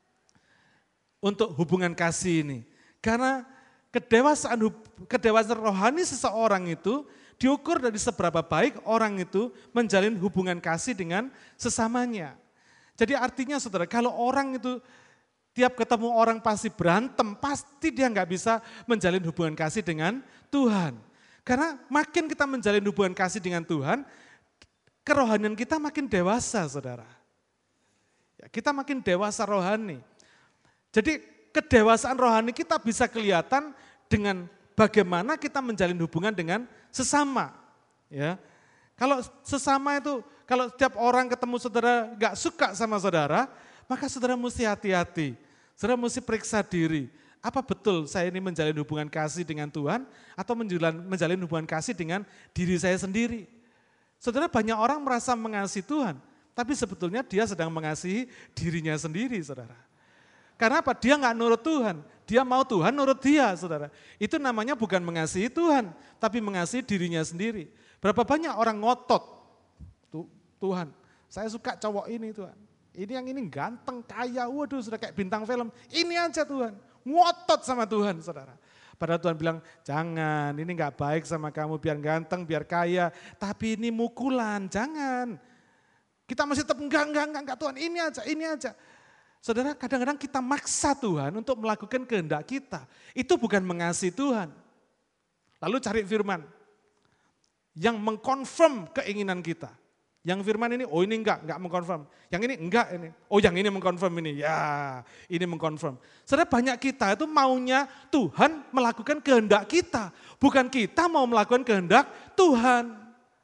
untuk hubungan kasih ini. Karena kedewasaan, kedewasaan rohani seseorang itu diukur dari seberapa baik orang itu menjalin hubungan kasih dengan sesamanya. Jadi artinya saudara, kalau orang itu tiap ketemu orang pasti berantem, pasti dia nggak bisa menjalin hubungan kasih dengan Tuhan. Karena makin kita menjalin hubungan kasih dengan Tuhan, kerohanian kita makin dewasa saudara. Ya, kita makin dewasa rohani. Jadi kedewasaan rohani kita bisa kelihatan dengan bagaimana kita menjalin hubungan dengan sesama. Ya, kalau sesama itu, kalau setiap orang ketemu saudara gak suka sama saudara, maka saudara mesti hati-hati. Saudara mesti periksa diri. Apa betul saya ini menjalin hubungan kasih dengan Tuhan atau menjalin, menjalin hubungan kasih dengan diri saya sendiri. Saudara, banyak orang merasa mengasihi Tuhan, tapi sebetulnya dia sedang mengasihi dirinya sendiri, saudara. Karena apa? Dia gak nurut Tuhan, dia mau Tuhan nurut dia, saudara. Itu namanya bukan mengasihi Tuhan, tapi mengasihi dirinya sendiri. Berapa banyak orang ngotot, Tuhan, saya suka cowok ini Tuhan. Ini yang ini ganteng, kaya, waduh sudah kayak bintang film. Ini aja Tuhan, ngotot sama Tuhan saudara. Padahal Tuhan bilang, jangan, ini gak baik sama kamu, biar ganteng, biar kaya. Tapi ini mukulan, jangan. Kita masih tetap, enggak, enggak, enggak, enggak Tuhan, ini aja, ini aja. Saudara, kadang-kadang kita maksa Tuhan untuk melakukan kehendak kita. Itu bukan mengasihi Tuhan. Lalu cari firman yang mengkonfirm keinginan kita. Yang firman ini, oh ini enggak, enggak mengkonfirm. Yang ini enggak ini, oh yang ini mengkonfirm ini. Ya, ini mengkonfirm. Saudara, banyak kita itu maunya Tuhan melakukan kehendak kita. Bukan kita mau melakukan kehendak Tuhan.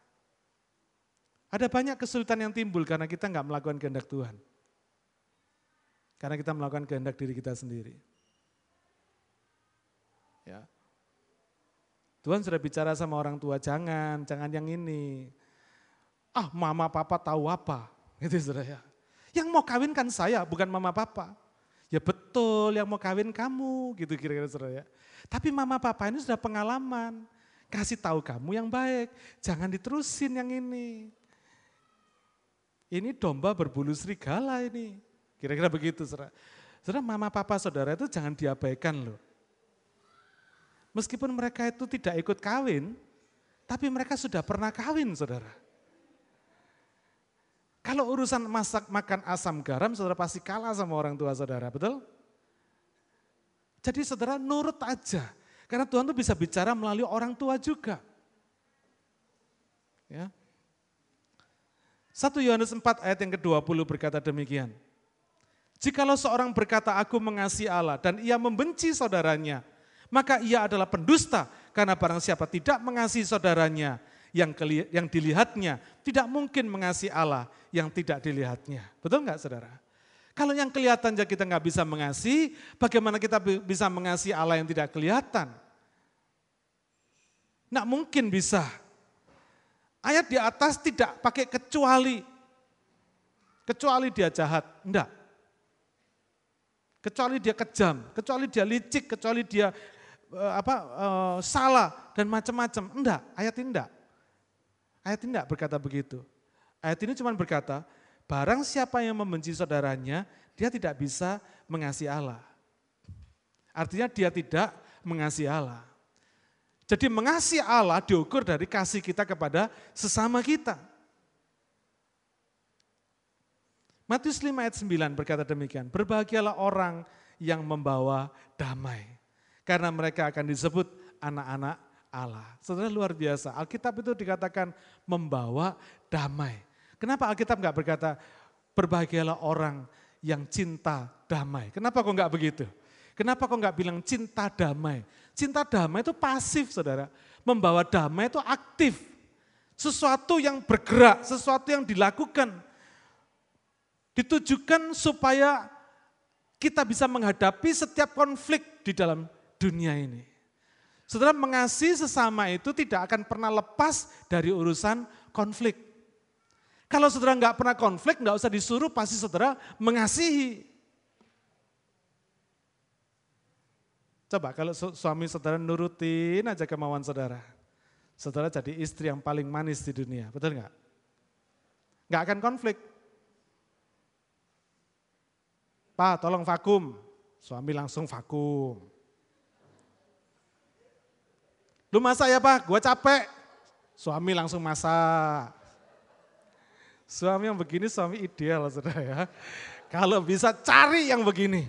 Ada banyak kesulitan yang timbul karena kita enggak melakukan kehendak Tuhan. Karena kita melakukan kehendak diri kita sendiri. Ya. Tuhan sudah bicara sama orang tua, jangan, jangan yang ini. Ah, mama papa tahu apa, gitu saudara ya. Yang mau kawin kan saya, bukan mama papa. Ya betul, yang mau kawin kamu, gitu kira-kira saudara ya. Tapi mama papa ini sudah pengalaman, kasih tahu kamu yang baik, jangan diterusin yang ini. Ini domba berbulu serigala ini, kira-kira begitu saudara. Saudara, mama papa saudara itu jangan diabaikan loh. Meskipun mereka itu tidak ikut kawin, tapi mereka sudah pernah kawin saudara. Kalau urusan masak makan asam garam, saudara pasti kalah sama orang tua saudara, betul? Jadi saudara nurut aja, karena Tuhan tuh bisa bicara melalui orang tua juga. Ya. satu Yohanes empat ayat yang kedua puluh berkata demikian. Jikalau seorang berkata aku mengasihi Allah dan ia membenci saudaranya, maka ia adalah pendusta, karena barang siapa tidak mengasihi saudaranya, yang, yang dilihatnya tidak mungkin mengasihi Allah yang tidak dilihatnya. Betul enggak saudara? Kalau yang kelihatan aja kita enggak bisa mengasihi, bagaimana kita bisa mengasihi Allah yang tidak kelihatan? Enggak mungkin bisa. Ayat di atas tidak pakai kecuali. Kecuali dia jahat, enggak. Kecuali dia kejam, kecuali dia licik, kecuali dia apa uh, salah dan macam-macam. Enggak, ayat ini enggak. Ayat ini enggak berkata begitu. Ayat ini cuma berkata, barang siapa yang membenci saudaranya, dia tidak bisa mengasihi Allah. Artinya dia tidak mengasihi Allah. Jadi mengasihi Allah diukur dari kasih kita kepada sesama kita. Matius lima ayat sembilan berkata demikian, berbahagialah orang yang membawa damai, karena mereka akan disebut anak-anak Allah. Saudara, luar biasa, Alkitab itu dikatakan membawa damai. Kenapa Alkitab enggak berkata berbahagialah orang yang cinta damai? Kenapa kok enggak begitu? Kenapa kok enggak bilang cinta damai? Cinta damai itu pasif saudara, membawa damai itu aktif. Sesuatu yang bergerak, sesuatu yang dilakukan. Ditujukan supaya kita bisa menghadapi setiap konflik di dalam dunia ini. Saudara, mengasihi sesama itu tidak akan pernah lepas dari urusan konflik. Kalau saudara nggak pernah konflik, nggak usah disuruh, pasti saudara mengasihi. Coba kalau su- suami saudara nurutin aja kemauan saudara, saudara jadi istri yang paling manis di dunia, betul nggak? Nggak akan konflik. Pak, tolong vakum. Suami langsung vakum. Lu masak ya Pak, gue capek. Suami langsung masak. Suami yang begini suami ideal saudara ya. Kalau bisa cari yang begini.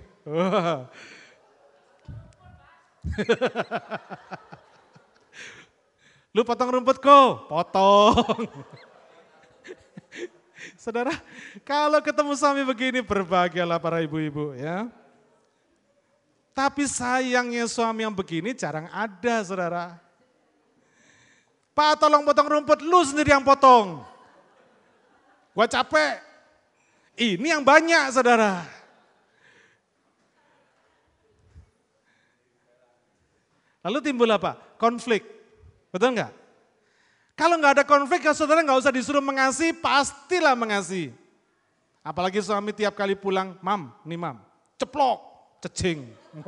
Lu potong rumput kok, potong. Saudara, kalau ketemu suami begini berbahagialah para ibu-ibu ya. Tapi sayangnya suami yang begini jarang ada saudara. Pak tolong potong rumput, lu sendiri yang potong. Gua capek. Ini yang banyak saudara. Lalu timbul apa? Konflik. Betul enggak? Kalau enggak ada konflik, ya saudara enggak usah disuruh mengasihi, pastilah mengasihi. Apalagi suami tiap kali pulang, mam, nih mam, ceplok, cecing.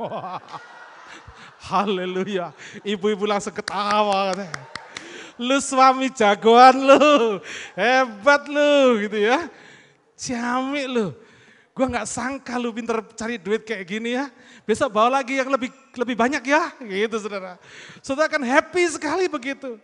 Haleluya. Ibu-ibu langsung ketawa katanya. Lu suami jagoan lu, hebat lu gitu ya. Ciamik lu. Gua nggak sangka lu pinter cari duit kayak gini ya. Besok bawa lagi yang lebih lebih banyak ya, gitu saudara. Saudara akan happy sekali begitu.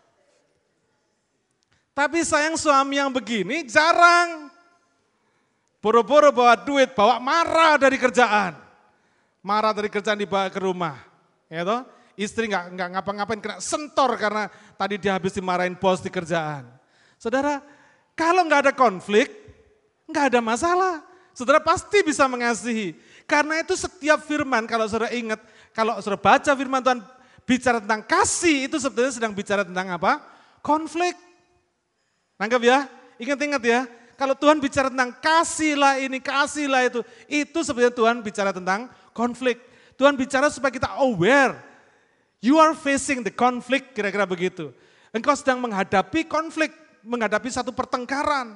Tapi sayang suami yang begini jarang. Boro-boro bawa duit, bawa marah dari kerjaan. Marah dari kerjaan dibawa ke rumah. Ya toh? Istri nggak nggak ngapa-ngapain kena sentor karena tadi dia habis dimarahin bos di kerjaan. Saudara, kalau nggak ada konflik, nggak ada masalah. Saudara pasti bisa mengasihi. Karena itu setiap firman, kalau saudara ingat, kalau saudara baca firman Tuhan bicara tentang kasih, itu sebetulnya sedang bicara tentang apa? Konflik. Nangkep ya? Ingat-ingat ya, kalau Tuhan bicara tentang kasihlah ini, kasihlah itu, itu sebetulnya Tuhan bicara tentang konflik. Tuhan bicara supaya kita aware. You are facing the conflict, kira-kira begitu. Engkau sedang menghadapi konflik, menghadapi satu pertengkaran.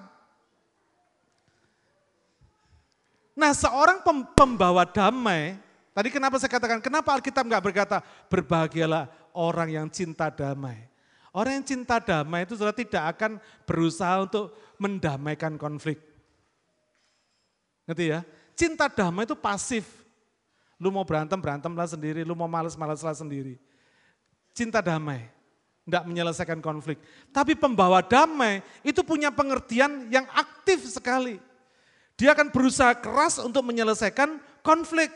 Nah seorang pembawa damai, tadi kenapa saya katakan, kenapa Alkitab nggak berkata, berbahagialah orang yang cinta damai. Orang yang cinta damai itu sudah tidak akan berusaha untuk mendamaikan konflik. Ngerti ya? Cinta damai itu pasif. Lu mau berantem, berantemlah sendiri, lu mau males-maleslah sendiri. Cinta damai, tidak menyelesaikan konflik. Tapi pembawa damai itu punya pengertian yang aktif sekali. Dia akan berusaha keras untuk menyelesaikan konflik.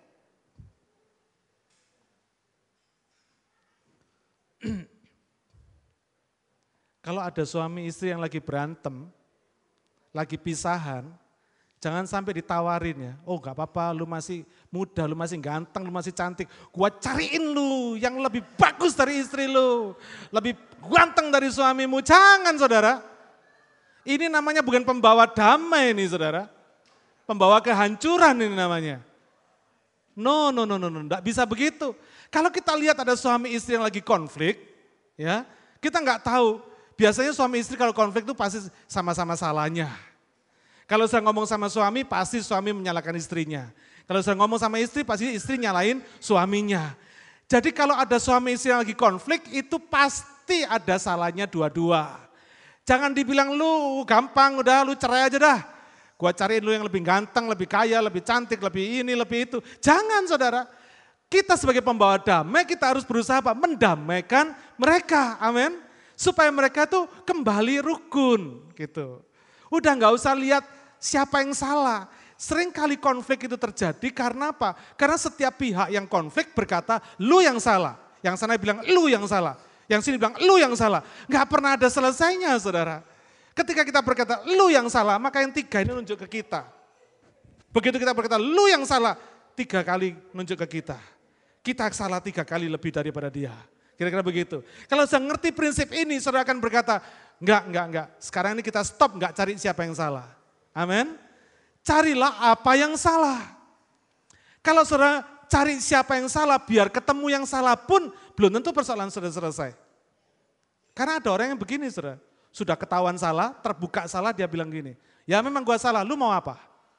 Kalau ada suami istri yang lagi berantem, lagi pisahan, jangan sampai ditawarin ya, oh gak apa-apa lu masih muda, lu masih ganteng, lu masih cantik. Gua cariin lu yang lebih bagus dari istri lu, lebih ganteng dari suamimu. Jangan saudara, ini namanya bukan pembawa damai nih saudara. Pembawa kehancuran ini namanya. No, no, no, no, no, enggak bisa begitu. Kalau kita lihat ada suami istri yang lagi konflik, ya kita nggak tahu. Biasanya suami istri kalau konflik itu pasti sama-sama salahnya. Kalau saya ngomong sama suami, pasti suami menyalahkan istrinya. Kalau saya ngomong sama istri, pasti istri nyalain suaminya. Jadi kalau ada suami istri yang lagi konflik, itu pasti ada salahnya dua-dua. Jangan dibilang lu gampang, udah lu cerai aja dah. Gua cariin lu yang lebih ganteng, lebih kaya, lebih cantik, lebih ini, lebih itu. Jangan saudara. Kita sebagai pembawa damai, kita harus berusaha apa? Mendamaikan mereka, amin. Supaya mereka tuh kembali rukun gitu. Udah nggak usah lihat siapa yang salah. Sering kali konflik itu terjadi karena apa? Karena setiap pihak yang konflik berkata, lu yang salah. Yang sana bilang, lu yang salah. Yang sini bilang, lu yang salah. Nggak pernah ada selesainya saudara. Ketika kita berkata, lu yang salah, maka yang tiga ini nunjuk ke kita. Begitu kita berkata, lu yang salah, tiga kali nunjuk ke kita. Kita salah tiga kali lebih daripada dia. Kira-kira begitu. Kalau saya ngerti prinsip ini, saudara akan berkata, enggak, enggak, enggak. Sekarang ini kita stop, enggak cari siapa yang salah. Amin. Carilah apa yang salah. Kalau saudara cari siapa yang salah, biar ketemu yang salah pun, belum tentu persoalan sudah selesai. Karena ada orang yang begini saudara, Sudah ketahuan salah, terbuka salah, dia bilang gini, ya memang gua salah, lu mau apa?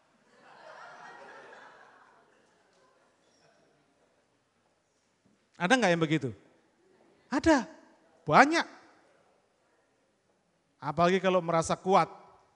Ada nggak yang begitu? Ada, banyak. Apalagi kalau merasa kuat.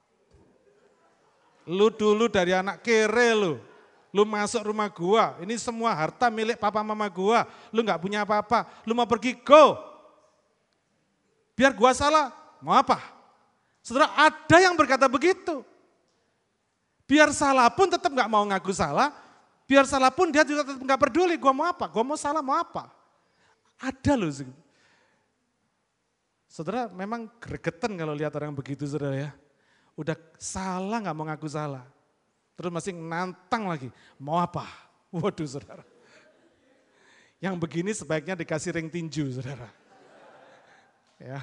Lu dulu dari anak kere lu, lu masuk rumah gua, ini semua harta milik papa mama gua, lu nggak punya apa-apa, lu mau pergi, go. Biar gua salah, mau apa? Saudara, ada yang berkata begitu. Biar salah pun tetap nggak mau ngaku salah, biar salah pun dia juga tetap nggak peduli, gua mau apa, gua mau salah mau apa. Ada loh. Saudara memang gregetan kalau lihat orang begitu saudara ya. Udah salah nggak mau ngaku salah. Terus masih nantang lagi, mau apa? Waduh saudara. Yang begini sebaiknya dikasih ring tinju saudara. Ya.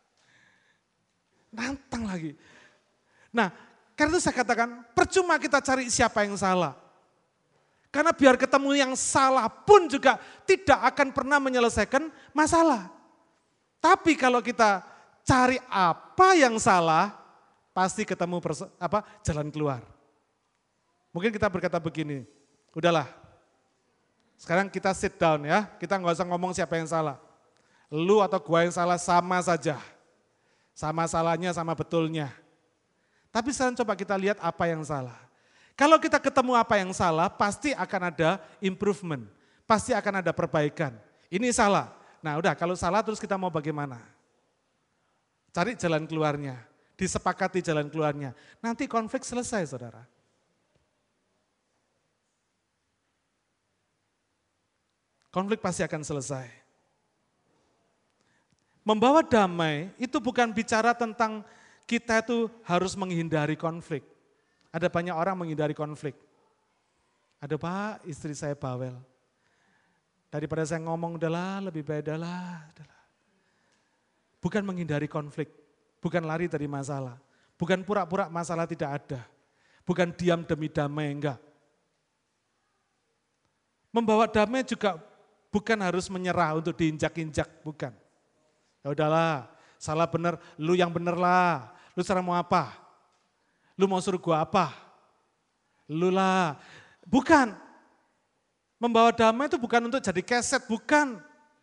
Nantang lagi. Nah, karena itu saya katakan percuma kita cari siapa yang salah. Karena biar ketemu yang salah pun juga tidak akan pernah menyelesaikan masalah. Tapi kalau kita cari apa yang salah, pasti ketemu perso- apa jalan keluar. Mungkin kita berkata begini, udahlah, sekarang kita sit down ya, kita nggak usah ngomong siapa yang salah. Lu atau gua yang salah sama saja, sama salahnya, sama betulnya. Tapi sekarang coba kita lihat apa yang salah. Kalau kita ketemu apa yang salah, pasti akan ada improvement, pasti akan ada perbaikan. Ini salah, nah udah kalau salah terus kita mau bagaimana? Cari jalan keluarnya. Disepakati jalan keluarnya. Nanti konflik selesai saudara. Konflik pasti akan selesai. Membawa damai itu bukan bicara tentang kita itu harus menghindari konflik. Ada banyak orang menghindari konflik. Ada Pak, istri saya bawel. Daripada saya ngomong udahlah, lebih baik udahlah. udahlah. Bukan menghindari konflik. Bukan lari dari masalah, bukan pura-pura masalah tidak ada, bukan diam demi damai, enggak. Membawa damai juga bukan harus menyerah untuk diinjak-injak, bukan. Ya udahlah, salah benar, lu yang benar lah, lu sekarang mau apa? Lu mau suruh gua apa? Lu lah, bukan. Membawa damai itu bukan untuk jadi keset, bukan.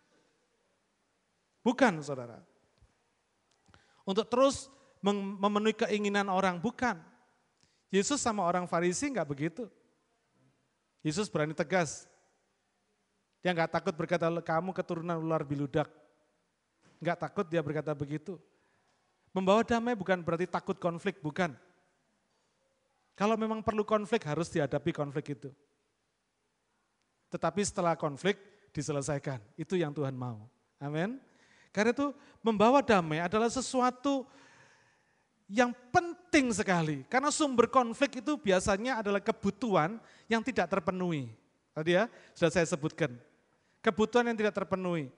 Bukan saudara. Untuk terus memenuhi keinginan orang, bukan. Yesus sama orang Farisi enggak begitu. Yesus berani tegas. Dia enggak takut berkata, kamu keturunan ular biludak. Enggak takut dia berkata begitu. Membawa damai bukan berarti takut konflik, bukan. Kalau memang perlu konflik, harus dihadapi konflik itu. Tetapi setelah konflik, diselesaikan. Itu yang Tuhan mau. Amin. Karena itu membawa damai adalah sesuatu yang penting sekali. Karena sumber konflik itu biasanya adalah kebutuhan yang tidak terpenuhi. Tadi ya, sudah saya sebutkan. Kebutuhan yang tidak terpenuhi.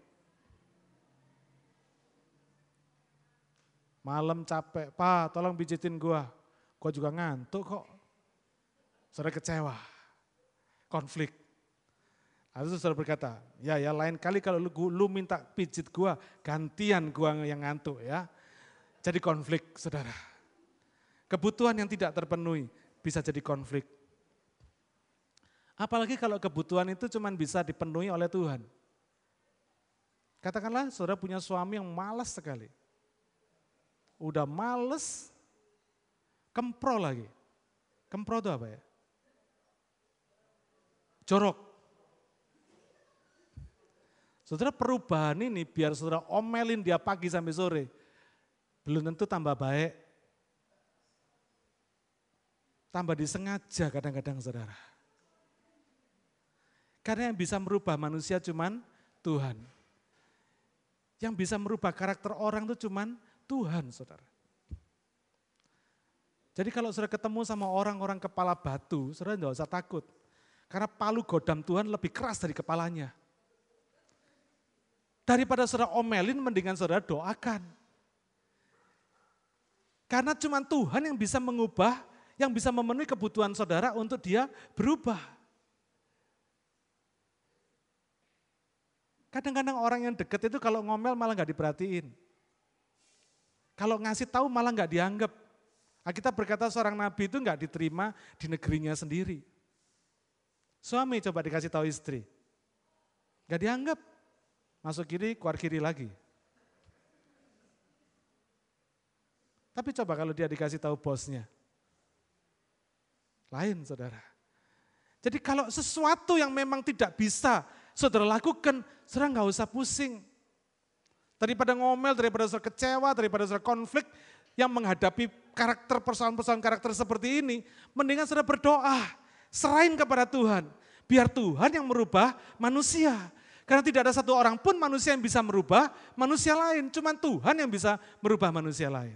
Malam capek, Pak tolong pijitin gua. Gua juga ngantuk kok. Saudara kecewa. Konflik. Lalu saudara berkata, ya ya lain kali kalau lu, lu minta pijit gua, gantian gua yang ngantuk ya. Jadi konflik saudara. Kebutuhan yang tidak terpenuhi bisa jadi konflik. Apalagi kalau kebutuhan itu cuma bisa dipenuhi oleh Tuhan. Katakanlah saudara punya suami yang malas sekali. Udah males, kempro lagi. Kempro itu apa ya? Jorok. Saudara perubahan ini biar saudara omelin dia pagi sampai sore, belum tentu tambah baik. Tambah disengaja kadang-kadang saudara. Karena yang bisa merubah manusia cuman Tuhan. Yang bisa merubah karakter orang itu cuman Tuhan saudara. Jadi kalau saudara ketemu sama orang-orang kepala batu, saudara tidak usah takut. Karena palu godam Tuhan lebih keras dari kepalanya. Daripada saudara omelin, mendingan saudara doakan. Karena cuma Tuhan yang bisa mengubah, yang bisa memenuhi kebutuhan saudara untuk dia berubah. Kadang-kadang orang yang dekat itu kalau ngomel malah gak diperhatiin. Kalau ngasih tahu malah nggak dianggap. Kita berkata seorang nabi itu nggak diterima di negerinya sendiri. Suami coba dikasih tahu istri, nggak dianggap. Masuk kiri, keluar kiri lagi. Tapi coba kalau dia dikasih tahu bosnya, lain saudara. Jadi kalau sesuatu yang memang tidak bisa saudara lakukan, saudara nggak usah pusing. Daripada ngomel, daripada saudara kecewa, daripada saudara konflik yang menghadapi karakter persoalan-persoalan karakter seperti ini, mendingan saudara berdoa, serahin kepada Tuhan. Biar Tuhan yang merubah manusia. Karena tidak ada satu orang pun manusia yang bisa merubah manusia lain. Cuma Tuhan yang bisa merubah manusia lain.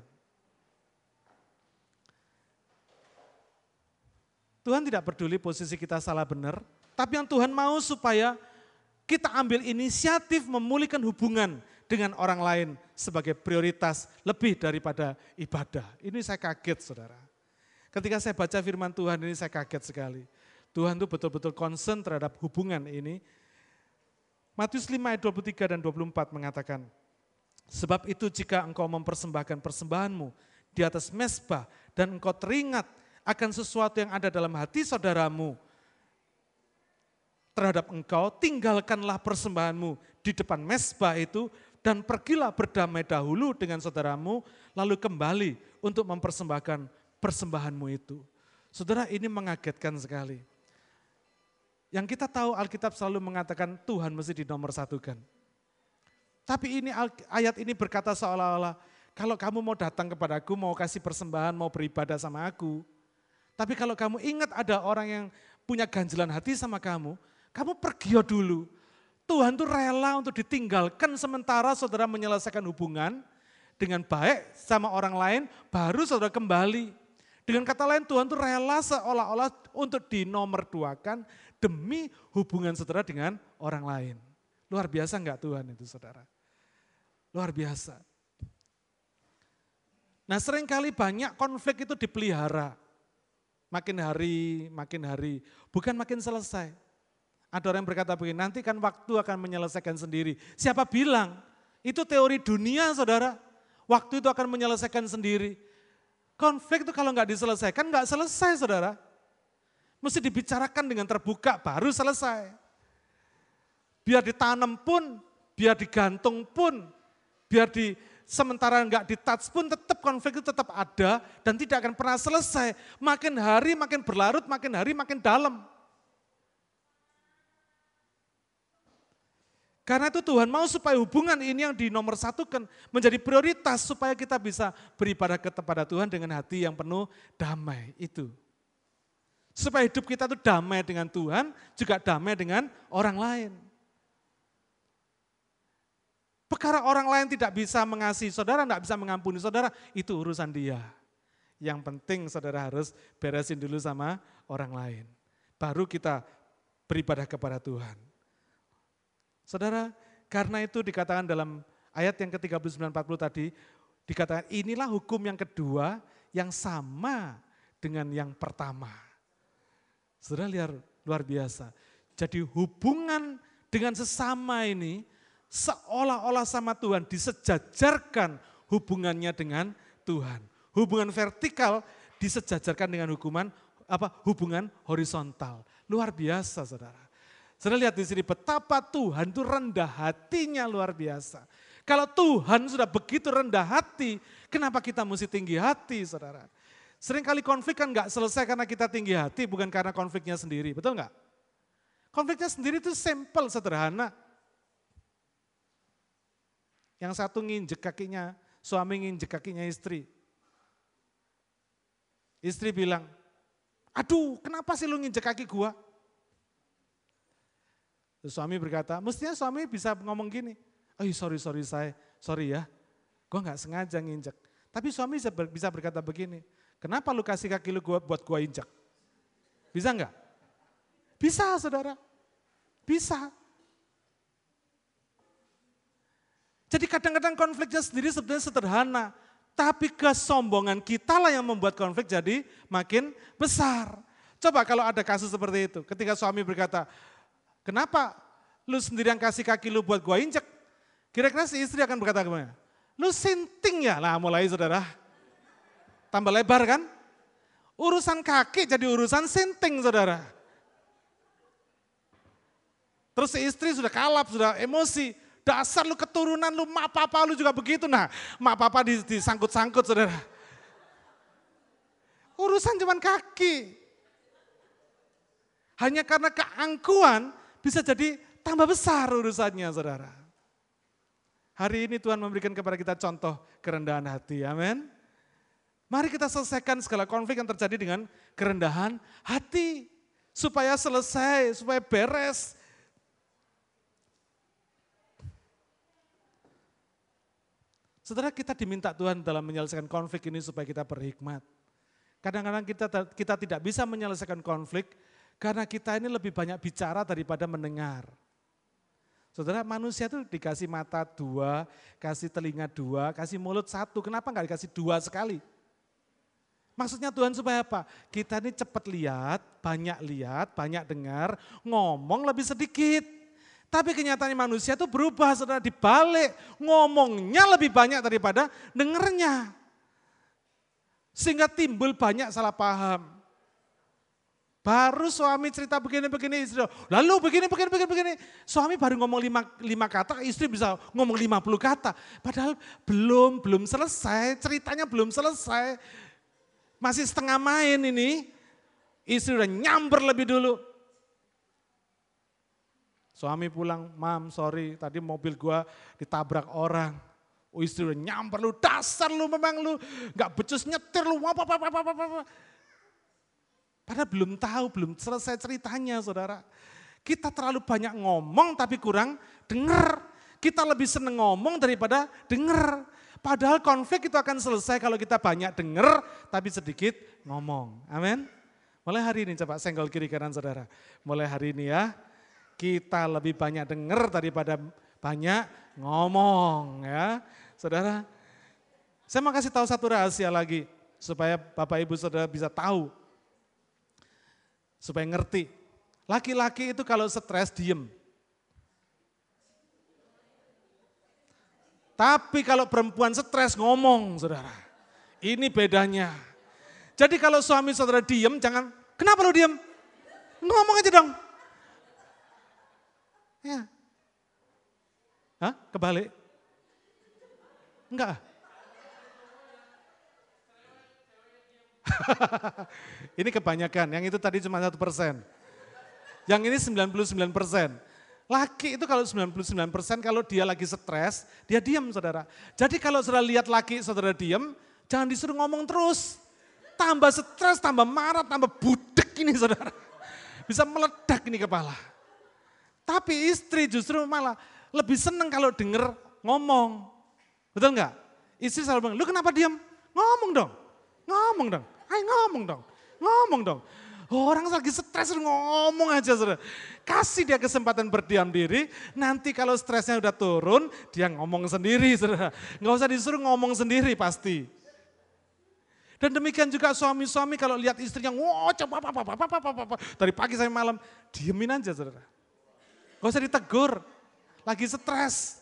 Tuhan tidak peduli posisi kita salah benar. Tapi yang Tuhan mau supaya kita ambil inisiatif memulihkan hubungan dengan orang lain sebagai prioritas lebih daripada ibadah. Ini saya kaget saudara. Ketika saya baca firman Tuhan ini saya kaget sekali. Tuhan itu betul-betul concern terhadap hubungan ini. Matius lima ayat dua puluh tiga dan dua puluh empat mengatakan, sebab itu jika engkau mempersembahkan persembahanmu di atas mezbah dan engkau teringat akan sesuatu yang ada dalam hati saudaramu terhadap engkau, tinggalkanlah persembahanmu di depan mezbah itu dan pergilah berdamai dahulu dengan saudaramu, lalu kembali untuk mempersembahkan persembahanmu itu. Saudara, ini mengagetkan sekali. Yang kita tahu Alkitab selalu mengatakan Tuhan mesti dinomor satukan. Tapi ini ayat ini berkata seolah-olah, kalau kamu mau datang kepadaku, mau kasih persembahan, mau beribadah sama aku. Tapi kalau kamu ingat ada orang yang punya ganjilan hati sama kamu, kamu pergi dulu. Tuhan tuh rela untuk ditinggalkan sementara saudara menyelesaikan hubungan dengan baik sama orang lain, baru saudara kembali. Dengan kata lain Tuhan tuh rela seolah-olah untuk dinomorduakan demi hubungan saudara dengan orang lain. Luar biasa enggak Tuhan itu saudara? Luar biasa. Nah seringkali banyak konflik itu dipelihara. Makin hari, makin hari, bukan makin selesai. Ada orang yang berkata begini, nanti kan waktu akan menyelesaikan sendiri. Siapa bilang? Itu teori dunia saudara. Waktu itu akan menyelesaikan sendiri. Konflik itu kalau nggak diselesaikan, nggak selesai saudara. Mesti dibicarakan dengan terbuka, baru selesai. Biar ditanam pun, biar digantung pun, biar di sementara nggak ditouch pun tetap konflik itu tetap ada dan tidak akan pernah selesai. Makin hari makin berlarut, makin hari makin dalam. Karena itu Tuhan mau supaya hubungan ini yang dinomorsatukan menjadi prioritas supaya kita bisa beribadah kepada Tuhan dengan hati yang penuh damai itu. Supaya hidup kita itu damai dengan Tuhan, juga damai dengan orang lain. Perkara orang lain tidak bisa mengasihi saudara, tidak bisa mengampuni saudara, itu urusan dia. Yang penting saudara harus beresin dulu sama orang lain. Baru kita beribadah kepada Tuhan. Saudara, karena itu dikatakan dalam ayat yang ke tiga puluh sembilan empat puluh tadi, dikatakan inilah hukum yang kedua yang sama dengan yang pertama. Saudara lihat luar biasa. Jadi hubungan dengan sesama ini seolah-olah sama Tuhan disejajarkan hubungannya dengan Tuhan. Hubungan vertikal disejajarkan dengan hukuman apa hubungan horizontal. Luar biasa saudara. Saudara lihat di sini betapa Tuhan itu rendah hatinya luar biasa. Kalau Tuhan sudah begitu rendah hati, kenapa kita mesti tinggi hati saudara? Seringkali konflik kan nggak selesai karena kita tinggi hati, bukan karena konfliknya sendiri, betul nggak? Konfliknya sendiri itu simple, sederhana. Yang satu nginjek kakinya, suami nginjek kakinya istri. Istri bilang, aduh kenapa sih lu nginjek kaki gua? Terus suami berkata, mestinya suami bisa ngomong gini, oh sorry sorry saya, sorry ya, gue gak sengaja nginjek. Tapi suami bisa berkata begini, kenapa lu kasih kaki lu gua, buat gue injek? Bisa enggak? Bisa saudara, bisa. Jadi kadang-kadang konfliknya sendiri sebenarnya sederhana, tapi kesombongan kita lah yang membuat konflik jadi makin besar. Coba kalau ada kasus seperti itu, ketika suami berkata, kenapa lu sendiri yang kasih kaki lu buat gua injek? Kira-kira si istri akan berkata gimana? Lu sinting ya? Nah mulai saudara. Tambah lebar kan? Urusan kaki jadi urusan sinting saudara. Terus si istri sudah kalap, sudah emosi. Dasar lu keturunan lu, mak papa lu juga begitu. Nah mak papa disangkut-sangkut saudara. Urusan cuman kaki. Hanya karena keangkuhan bisa jadi tambah besar urusannya saudara. Hari ini Tuhan memberikan kepada kita contoh kerendahan hati, amin. Mari kita selesaikan segala konflik yang terjadi dengan kerendahan hati. Supaya selesai, supaya beres. Saudara, kita diminta Tuhan dalam menyelesaikan konflik ini supaya kita berhikmat. Kadang-kadang kita kita tidak bisa menyelesaikan konflik karena kita ini lebih banyak bicara daripada mendengar. Saudara, manusia itu dikasih mata dua, kasih telinga dua, kasih mulut satu. Kenapa enggak dikasih dua sekali? Maksudnya Tuhan supaya apa? Kita ini cepat lihat, banyak lihat, banyak dengar, ngomong lebih sedikit. Tapi kenyataannya manusia itu berubah, saudara, dibalik. Ngomongnya lebih banyak daripada dengernya. Sehingga timbul banyak salah paham. Baru suami cerita begini-begini, istri lalu begini, begini, begini, begini. Suami baru ngomong lima, lima kata, istri bisa ngomong lima puluh kata. Padahal belum, belum selesai, ceritanya belum selesai. Masih setengah main ini, istri udah nyamber lebih dulu. Suami pulang, mam sorry tadi mobil gua ditabrak orang. Oh, istri udah nyamper lu, dasar lu memang lu, gak becus nyetir lu, apa, apa, apa, apa, apa. Padahal belum tahu, belum selesai ceritanya saudara. Kita terlalu banyak ngomong tapi kurang dengar. Kita lebih seneng ngomong daripada dengar. Padahal konflik itu akan selesai kalau kita banyak dengar tapi sedikit ngomong. Amin. Mulai hari ini coba senggol kiri kanan saudara. Mulai hari ini ya, kita lebih banyak dengar daripada banyak ngomong ya. Saudara, saya mau kasih tahu satu rahasia lagi supaya Bapak Ibu Saudara bisa tahu. Supaya ngerti, laki-laki itu kalau stres diem. Tapi kalau perempuan stres ngomong saudara. Ini bedanya. Jadi kalau suami saudara diem, jangan, kenapa lu diem? Ngomong aja dong. Ya. Hah? Kebalik? Enggak. Ini kebanyakan, yang itu tadi cuma satu persen. Yang ini sembilan puluh sembilan persen. Laki itu kalau sembilan puluh sembilan persen kalau dia lagi stres, dia diam saudara. Jadi kalau saudara lihat laki saudara diam, jangan disuruh ngomong terus. Tambah stres, tambah marah, tambah budek ini saudara. Bisa meledak ini kepala. Tapi istri justru malah lebih seneng kalau denger ngomong. Betul enggak? Istri selalu bilang, lu kenapa diam? Ngomong dong, ngomong dong. Ayo ngomong dong, ngomong dong. Orang lagi stres ngomong aja saudara. Kasih dia kesempatan berdiam diri, nanti kalau stresnya udah turun, dia ngomong sendiri saudara. Nggak usah disuruh ngomong sendiri pasti. Dan demikian juga suami-suami kalau lihat istrinya ngocap apa apa apa apa apa dari pagi sampai malam, diemin aja saudara. Nggak usah ditegur, lagi stres.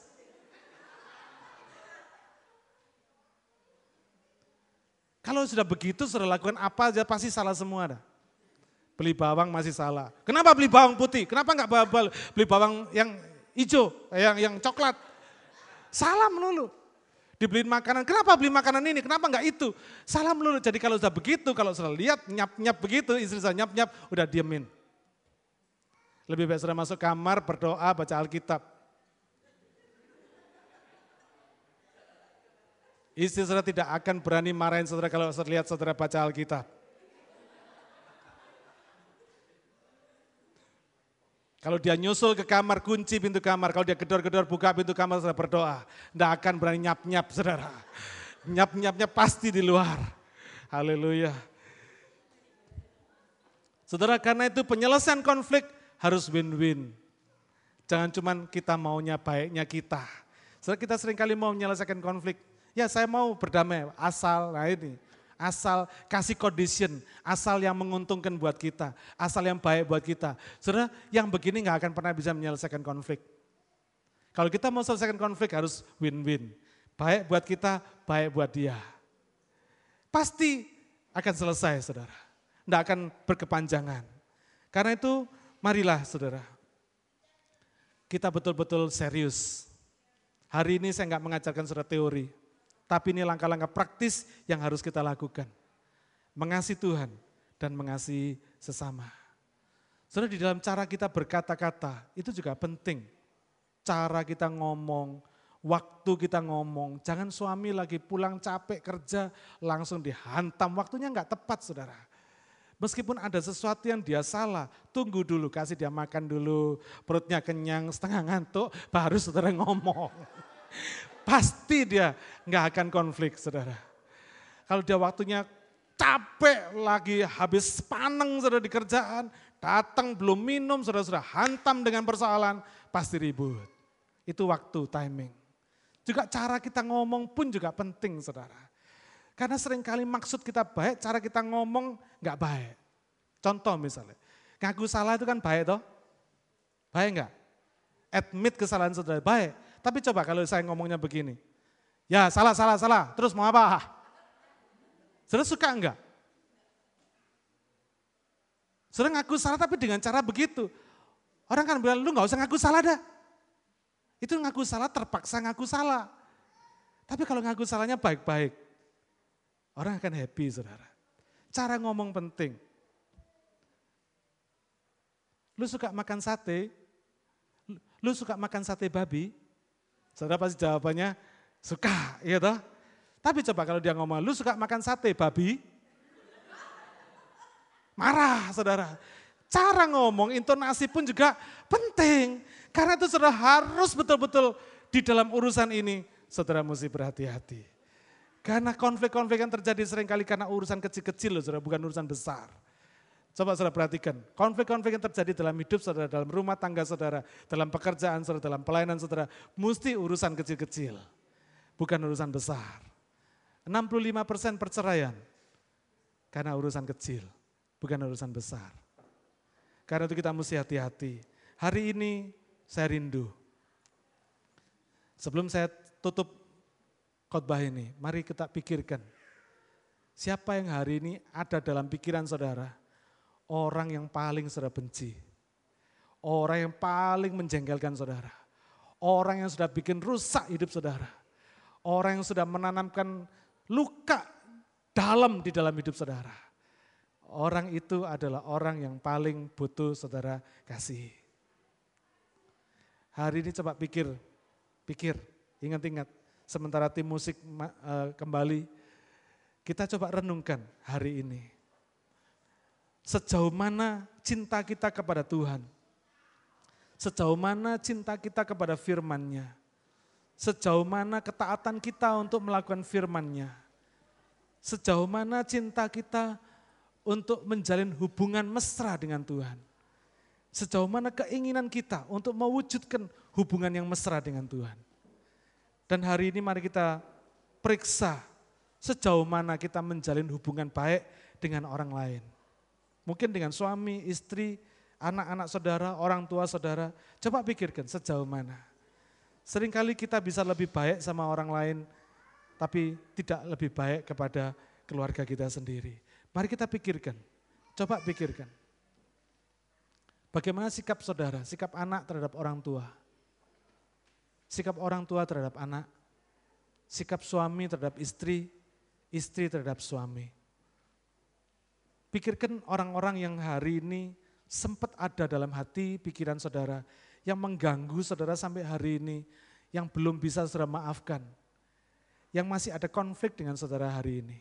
Kalau sudah begitu, sudah lakukan apa aja pasti salah semua dah. Beli bawang masih salah. Kenapa beli bawang putih? Kenapa enggak beli bawang yang hijau, yang yang coklat? Salah melulu. Dibeliin makanan, kenapa beli makanan ini? Kenapa enggak itu? Salah melulu. Jadi kalau sudah begitu, kalau sudah lihat nyap-nyap begitu, istri saya nyap-nyap, udah diemin. Lebih baik sudah masuk kamar, berdoa, baca Alkitab. Istri saudara tidak akan berani marahin saudara kalau lihat saudara baca Alkitab. Kalau dia nyusul ke kamar, kunci pintu kamar. Kalau dia gedor-gedor, buka pintu kamar, saudara berdoa. Tidak akan berani nyap-nyap saudara. Nyap-nyapnya pasti di luar. Haleluya. Saudara, karena itu penyelesaian konflik harus win-win. Jangan cuma kita maunya baiknya kita. Saudara, kita seringkali mau menyelesaikan konflik. Ya saya mau berdamai, asal, nah ini, asal kasih condition, asal yang menguntungkan buat kita, asal yang baik buat kita. Saudara, yang begini gak akan pernah bisa menyelesaikan konflik. Kalau kita mau selesaikan konflik harus win-win. Baik buat kita, baik buat dia. Pasti akan selesai, saudara. Tidak akan berkepanjangan. Karena itu, marilah saudara, kita betul-betul serius. Hari ini saya nggak mengajarkan saudara teori, tapi ini langkah-langkah praktis yang harus kita lakukan. Mengasihi Tuhan dan mengasihi sesama. Saudara, di dalam cara kita berkata-kata, itu juga penting. Cara kita ngomong, waktu kita ngomong, jangan suami lagi pulang capek kerja, langsung dihantam, waktunya nggak tepat saudara. Meskipun ada sesuatu yang dia salah, tunggu dulu, kasih dia makan dulu, perutnya kenyang, setengah ngantuk, baru saudara ngomong. Pasti dia nggak akan konflik saudara. Kalau dia waktunya capek lagi, habis paneng saudara di kerjaan, datang belum minum, saudara-saudara hantam dengan persoalan, pasti ribut. Itu waktu, timing. Juga cara kita ngomong pun juga penting saudara. Karena seringkali maksud kita baik, cara kita ngomong nggak baik. Contoh misalnya, ngaku salah itu kan baik toh? Baik nggak? Admit kesalahan saudara, baik. Tapi coba kalau saya ngomongnya begini, ya salah, salah, salah, terus mau apa? Saudara suka enggak? Saudara ngaku salah tapi dengan cara begitu. Orang kan bilang, lu nggak usah ngaku salah dah. Itu ngaku salah terpaksa ngaku salah. Tapi kalau ngaku salahnya baik-baik, orang akan happy saudara. Cara ngomong penting. Lu suka makan sate? Lu suka makan sate babi? Saudara pasti jawabannya suka, iya toh? Tapi coba kalau dia ngomong, lu suka makan sate babi? Marah saudara. Cara ngomong, intonasi pun juga penting. Karena itu saudara harus betul-betul di dalam urusan ini, saudara mesti berhati-hati. Karena konflik-konflik yang terjadi seringkali karena urusan kecil-kecil loh saudara, bukan urusan besar. Coba saudara perhatikan, konflik-konflik yang terjadi dalam hidup saudara, dalam rumah tangga saudara, dalam pekerjaan saudara, dalam pelayanan saudara, mesti urusan kecil-kecil, bukan urusan besar. enam puluh lima persen perceraian karena urusan kecil, bukan urusan besar. Karena itu kita mesti hati-hati. Hari ini saya rindu. Sebelum saya tutup khotbah ini, mari kita pikirkan. Siapa yang hari ini ada dalam pikiran saudara? Orang yang paling saudara benci. Orang yang paling menjengkelkan saudara. Orang yang sudah bikin rusak hidup saudara. Orang yang sudah menanamkan luka dalam di dalam hidup saudara. Orang itu adalah orang yang paling butuh saudara kasih. Hari ini coba pikir, pikir, ingat-ingat. Sementara tim musik uh, kembali, kita coba renungkan hari ini. Sejauh mana cinta kita kepada Tuhan. Sejauh mana cinta kita kepada firman-Nya. Sejauh mana ketaatan kita untuk melakukan firman-Nya. Sejauh mana cinta kita untuk menjalin hubungan mesra dengan Tuhan. Sejauh mana keinginan kita untuk mewujudkan hubungan yang mesra dengan Tuhan. Dan hari ini mari kita periksa sejauh mana kita menjalin hubungan baik dengan orang lain. Mungkin dengan suami, istri, anak-anak saudara, orang tua saudara. Coba pikirkan sejauh mana. Seringkali kita bisa lebih baik sama orang lain, tapi tidak lebih baik kepada keluarga kita sendiri. Mari kita pikirkan, coba pikirkan. Bagaimana sikap saudara, sikap anak terhadap orang tua. Sikap orang tua terhadap anak. Sikap suami terhadap istri, istri terhadap suami. Pikirkan orang-orang yang hari ini sempat ada dalam hati pikiran saudara, yang mengganggu saudara sampai hari ini, yang belum bisa saudara maafkan, yang masih ada konflik dengan saudara hari ini.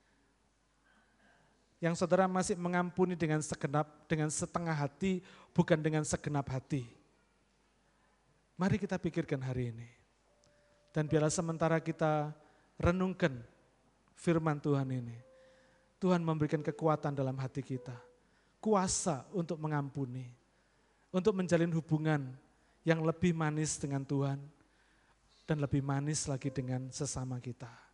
Yang saudara masih mengampuni dengan segenap, dengan setengah hati, bukan dengan segenap hati. Mari kita pikirkan hari ini. Dan biarlah sementara kita renungkan firman Tuhan ini. Tuhan memberikan kekuatan dalam hati kita. Kuasa untuk mengampuni. Untuk menjalin hubungan yang lebih manis dengan Tuhan. Dan lebih manis lagi dengan sesama kita.